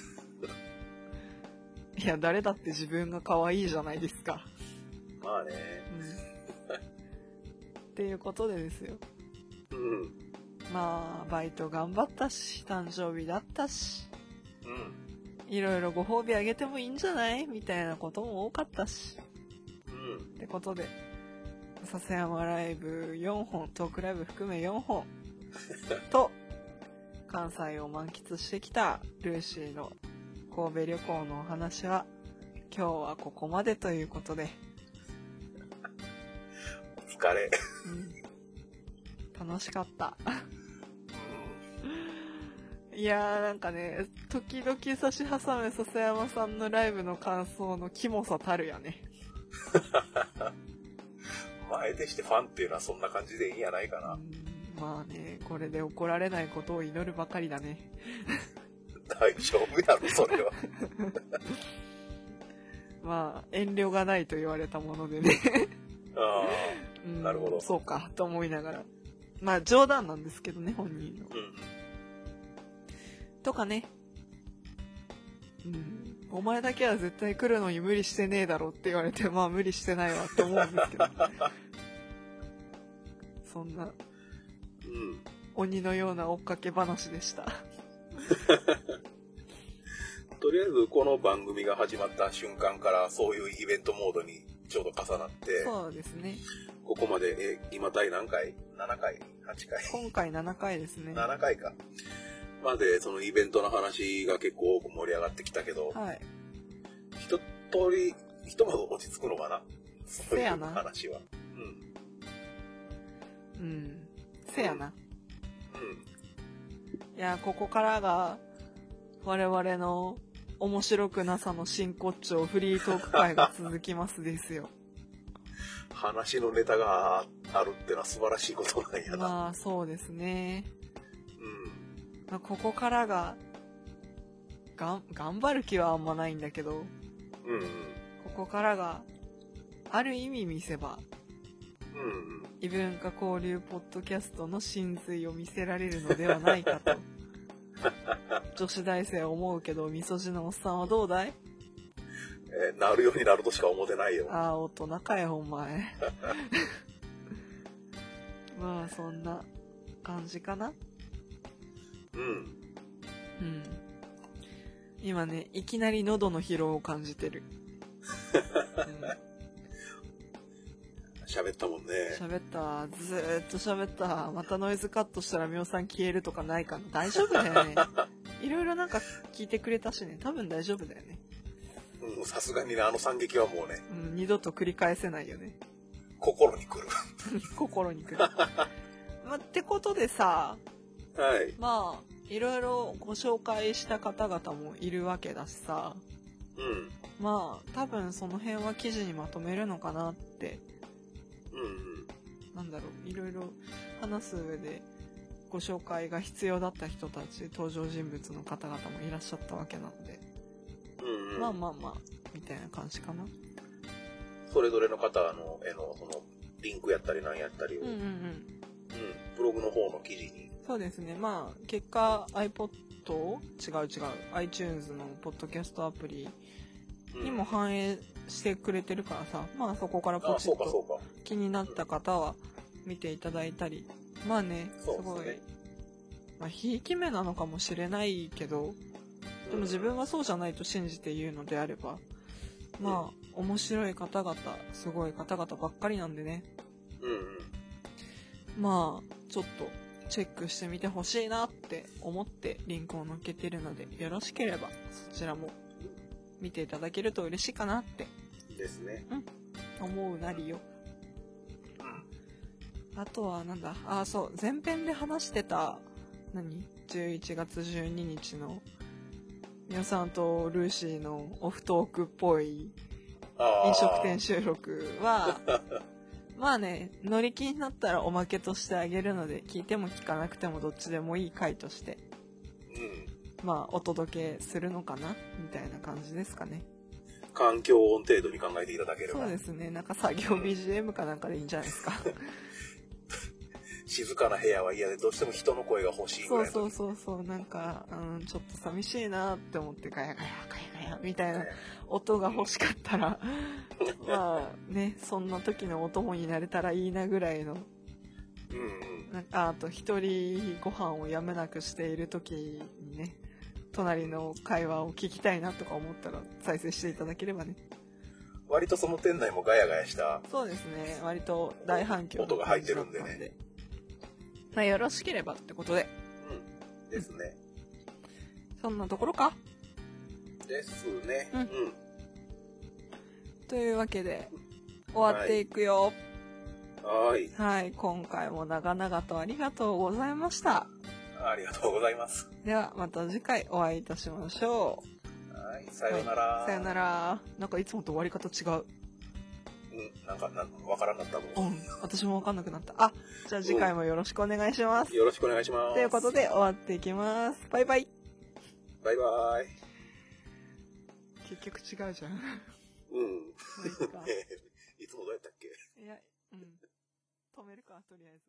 いや、誰だって自分が可愛いじゃないですか。っていうことでですよ。バイト頑張ったし、誕生日だったし、いろいろご褒美あげてもいいんじゃないみたいなことも多かったし。ってことで、笹山ライブ4本、トークライブ含め4本と、関西を満喫してきたルーシーの神戸旅行のお話は、今日はここまでということで。 お疲れ。 楽しかった。いやーなんかね、時々差し挟む笹山さんのライブの感想のキモさたるやね。 得てしてファンっていうのはそんな感じでいいんやないかな。 これで怒られないことを祈るばかりだね。 大丈夫やろ、それは。遠慮がないと言われたものでね。 なるほど。 そうか、と思いながら。冗談なんですけどね、本人の。とかね。お前だけは絶対来るのに無理してねえだろって言われて、無理してないわって思うんですけど。そんな、鬼のような追っかけ話でした。 とりあえずこの番組が始まった瞬間からそういうイベントモードにちょうど重なって、 そうですね。 ここまで、今第何回 ?7 回 ?8 回今回7回ですね。 7回か。で、そのイベントの話が結構多く盛り上がってきたけど、ひとまず落ち着くのかな。 せやな。 話は。 せやな。いや、ここからが、我々の面白くなさの真骨頂フリートーク会が続きますですよ。 話のネタがあるってのは素晴らしいことなんやな。 そうですね。ここからが、頑張る気はあんまないんだけど、ここからが、ある意味見せ場、異文化交流ポッドキャストの真髄を見せられるのではないかと。女子大生は思うけど、みそじのおっさんはどうだい？ なるようになるとしか思ってないよ。 大人かよ、お前。そんな感じかな。今ね、いきなり喉の疲労を感じてる。 喋ったもんね。 喋った。ずーっと喋った。またノイズカットしたらみおさん消えるとかないかな。大丈夫だよね。いろいろなんか聞いてくれたしね。多分大丈夫だよね。 うん、さすがにね、あの惨劇はもうね。 うん、二度と繰り返せないよね。 心に来る。 心に来る。まあ、ってことでさ、 はい。 まあ、いろいろご紹介した方々もいるわけだしさ、 うん。 まあ、多分その辺は記事にまとめるのかなって、 うんうん。 なんだろう、いろいろ話す上でご紹介が必要だった人たち、登場人物の方々もいらっしゃったわけなので、 うんうん、 まあまあまあ、みたいな感じかな。 それぞれの方の絵のそのリンクやったりなんやったりを、ブログの方の記事に。 そうですね。まあ結果 iPod 違う iTunes のポッドキャストアプリにも反映してくれてるからさ、まあそこからポチッと気になった方は見ていただいたり、まあね、すごい、まあひいき目なのかもしれないけど、でも自分はそうじゃないと信じて言うのであれば、まあ面白い方々、すごい方々ばっかりなんでね。まあちょっとチェックしてみてほしいなって思ってリンクを載っけてるので、よろしければそちらも見ていただけると嬉しいかなってですね。 思うなりよ。あとはなんだ、そう前編で話してた11月12日の皆さんとルーシーのオフトークっぽい飲食店収録はまあね、乗り気になったらおまけとしてあげるので、聞いても聞かなくてもどっちでもいい回として、まあお届けするのかなみたいな感じですかね。 環境音程度に考えていただければ。 そうですね、なんか作業 BGM かなんかでいいんじゃないですか。 静かな部屋は嫌で、どうしても人の声が欲しいぐらいの。 そう、なんか、ちょっと寂しいなって思ってガヤガヤみたいな音が欲しかったら、まあね、そんな時のお供になれたらいいなぐらいの。なんかあと一人ご飯をやむなくしている時にね、隣の会話を聞きたいなとか思ったら再生していただければね。 割とその店内もガヤガヤした。 そうですね、割と大反響の音が入ってるんでね。 まあよろしければってことで。 ですね。 そんなところか。 ですね。 というわけで終わっていくよ。はい、今回も長々とありがとうございました。 ありがとうございます。ではまた次回お会いいたしましょう。はい、さようなら。 さようなら。なんかいつもと終わり方違う。 なんかわからなかったもん。 私もわかんなくなった。じゃあ次回もよろしくお願いします。 よろしくお願いします。 ということで終わっていきます。バイバイ。 バイバイ。 結局違うじゃん。 いつもどうやったっけ？ いや、止めるか、とりあえ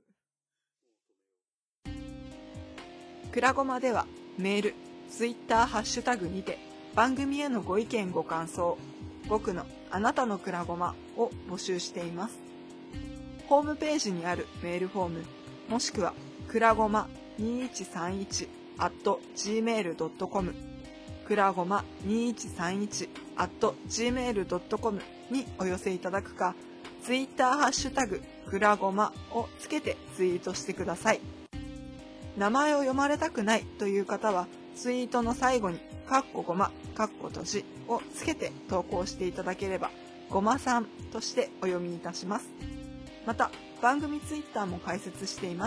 ず。くらごまではメール、ツイッター、ハッシュタグにて番組へのご意見ご感想、僕のあなたのくらごまを募集しています。ホームページにあるメールフォーム、もしくはくらごま2131 @gmail.com くらごま2131 @gmail.com にお寄せいただくか、ツイッターハッシュタグくらごまをつけてツイートしてください。名前を読まれたくないという方はツイートの最後にごま閉じをつけて投稿していただければごまさんとしてお読みいたします。また番組ツイッターも開設しています。@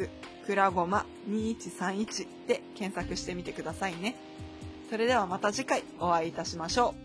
くらごま2131で検索してみてくださいね。それではまた次回お会いいたしましょう。